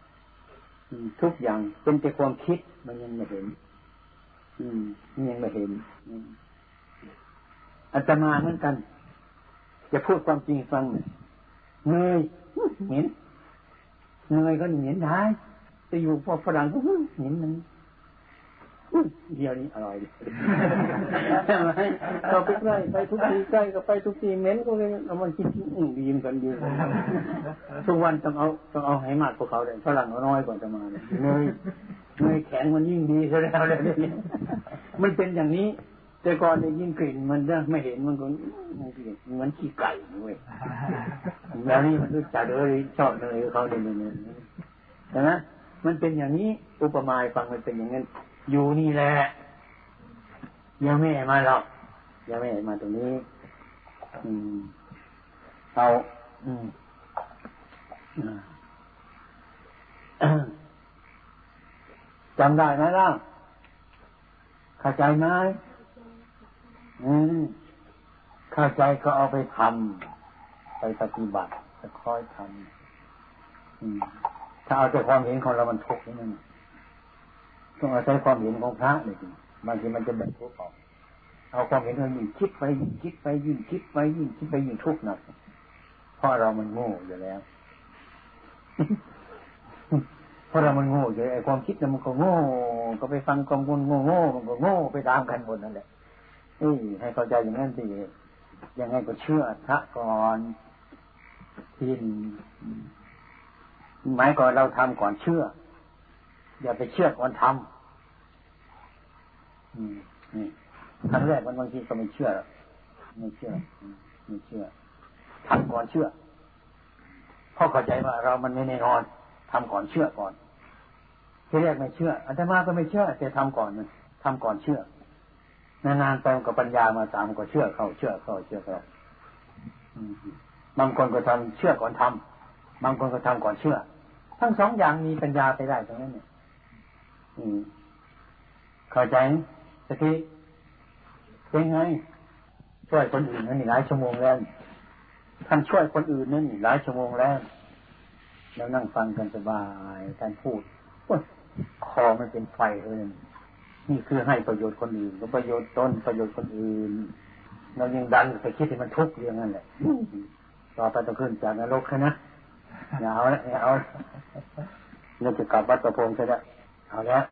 เป็นแต่ความคิดมันยังไม่เห็นอาตมาเหมือนกันจะพูดความจริงฟังเนยเหม็นเนยก็เหม็นได้จะอยู่พอฝรั่งก็เหม็นมันเดียวนี้อร่อยดิใช่ไหมเราไปใกล้ไปทุกทีใกล้ก็ไปทุกทีเหม็นก็เลยเอามันคิดดีมกันดีทุกวันต้องเอาให้มากกว่าเขาเลยฝรั่งน้อยกว่าจะมาเลยเนยแข็งมันยิ่งดีซะแล้วเลยมันเป็นอย่างนี้แต่ก่อนได้ยินกลิ่นมันจะไม่เห็นมันก็เหมือนขี้ไก่เว้ยแล้วนี่มันรู้จักเลยชอบเลยเขาเลยใช่ไหมมันเป็นอย่างนี้อุปมาฟังมันเป็นอย่างนั้นอยู่นี่แหละยังไม่มาหรอกยังไม่มาตรงนี้เอาจำได้ไหมล่ะเข้าใจไหมเข้าใจก็เอาไปทำไปปฏิบัติค่อยทำถ้าเอาแต่ความเห็นของเรามันทุกข์นั่นต้องอาศัยความเห็นของพระเลยทีบางทีมันจะแบ่งทุกข์ออกเอาความเห็นเรายิ่งคิดไปยิ่งทุกข์หนักเพราะเรามันโง่อยู่แล้วเพราะเรามันโง่อยู่ไอ้ความคิดมันก็โง่ก็ไปฟังความโง่มันก็โง่ไปตามกันหมดนั่นแหละให้เข้าใจอย่างนั้นสิยังไงก็เชื่อพระก่อนที่หมายก่อนเราทำก่อนเชื่ออย่าไปเชื่อก่อนทำครั้งแรกบางทีก็ไม่เชื่อทำก่อนเชื่อเพราะเข้าใจว่าเรามันไม่แน่นอนทำก่อนเชื่อก่อนทีแรกไม่เชื่ออาตมาก็ไม่เชื่อแต่ทำก่อนเชื่อนานๆไปกับปัญญามาตามก็เชื่อเข้าบางคนก็ทำเชื่อก่อนทำบางคนก็ทำก่อนเชื่อทั้งสองอย่างมีปัญญาไปได้ตรงนั้นเนี่ยเข้าใจสักทีเป็นไงช่วยคนอื่นนั่นหลายชั่วโมงแล้วท่านช่วยคนอื่นนั่นหลายชั่วโมงแล้วนั่งฟังกันสบายท่านพูดคอมันเป็นไฟเลยนี่คือให้ประโยชน์คนอื่นก็ประโยชน์ตนประโยชน์คนอื่นเรายังดันไปคิดที่มันทุกข์อย่างนั้นแหละต่อไปต้องขึ้นจากนรกนะอย่าเอาละอย่าเอาเราจะกลับวัดประพงษ์ใช่ไหมเอาแล้ว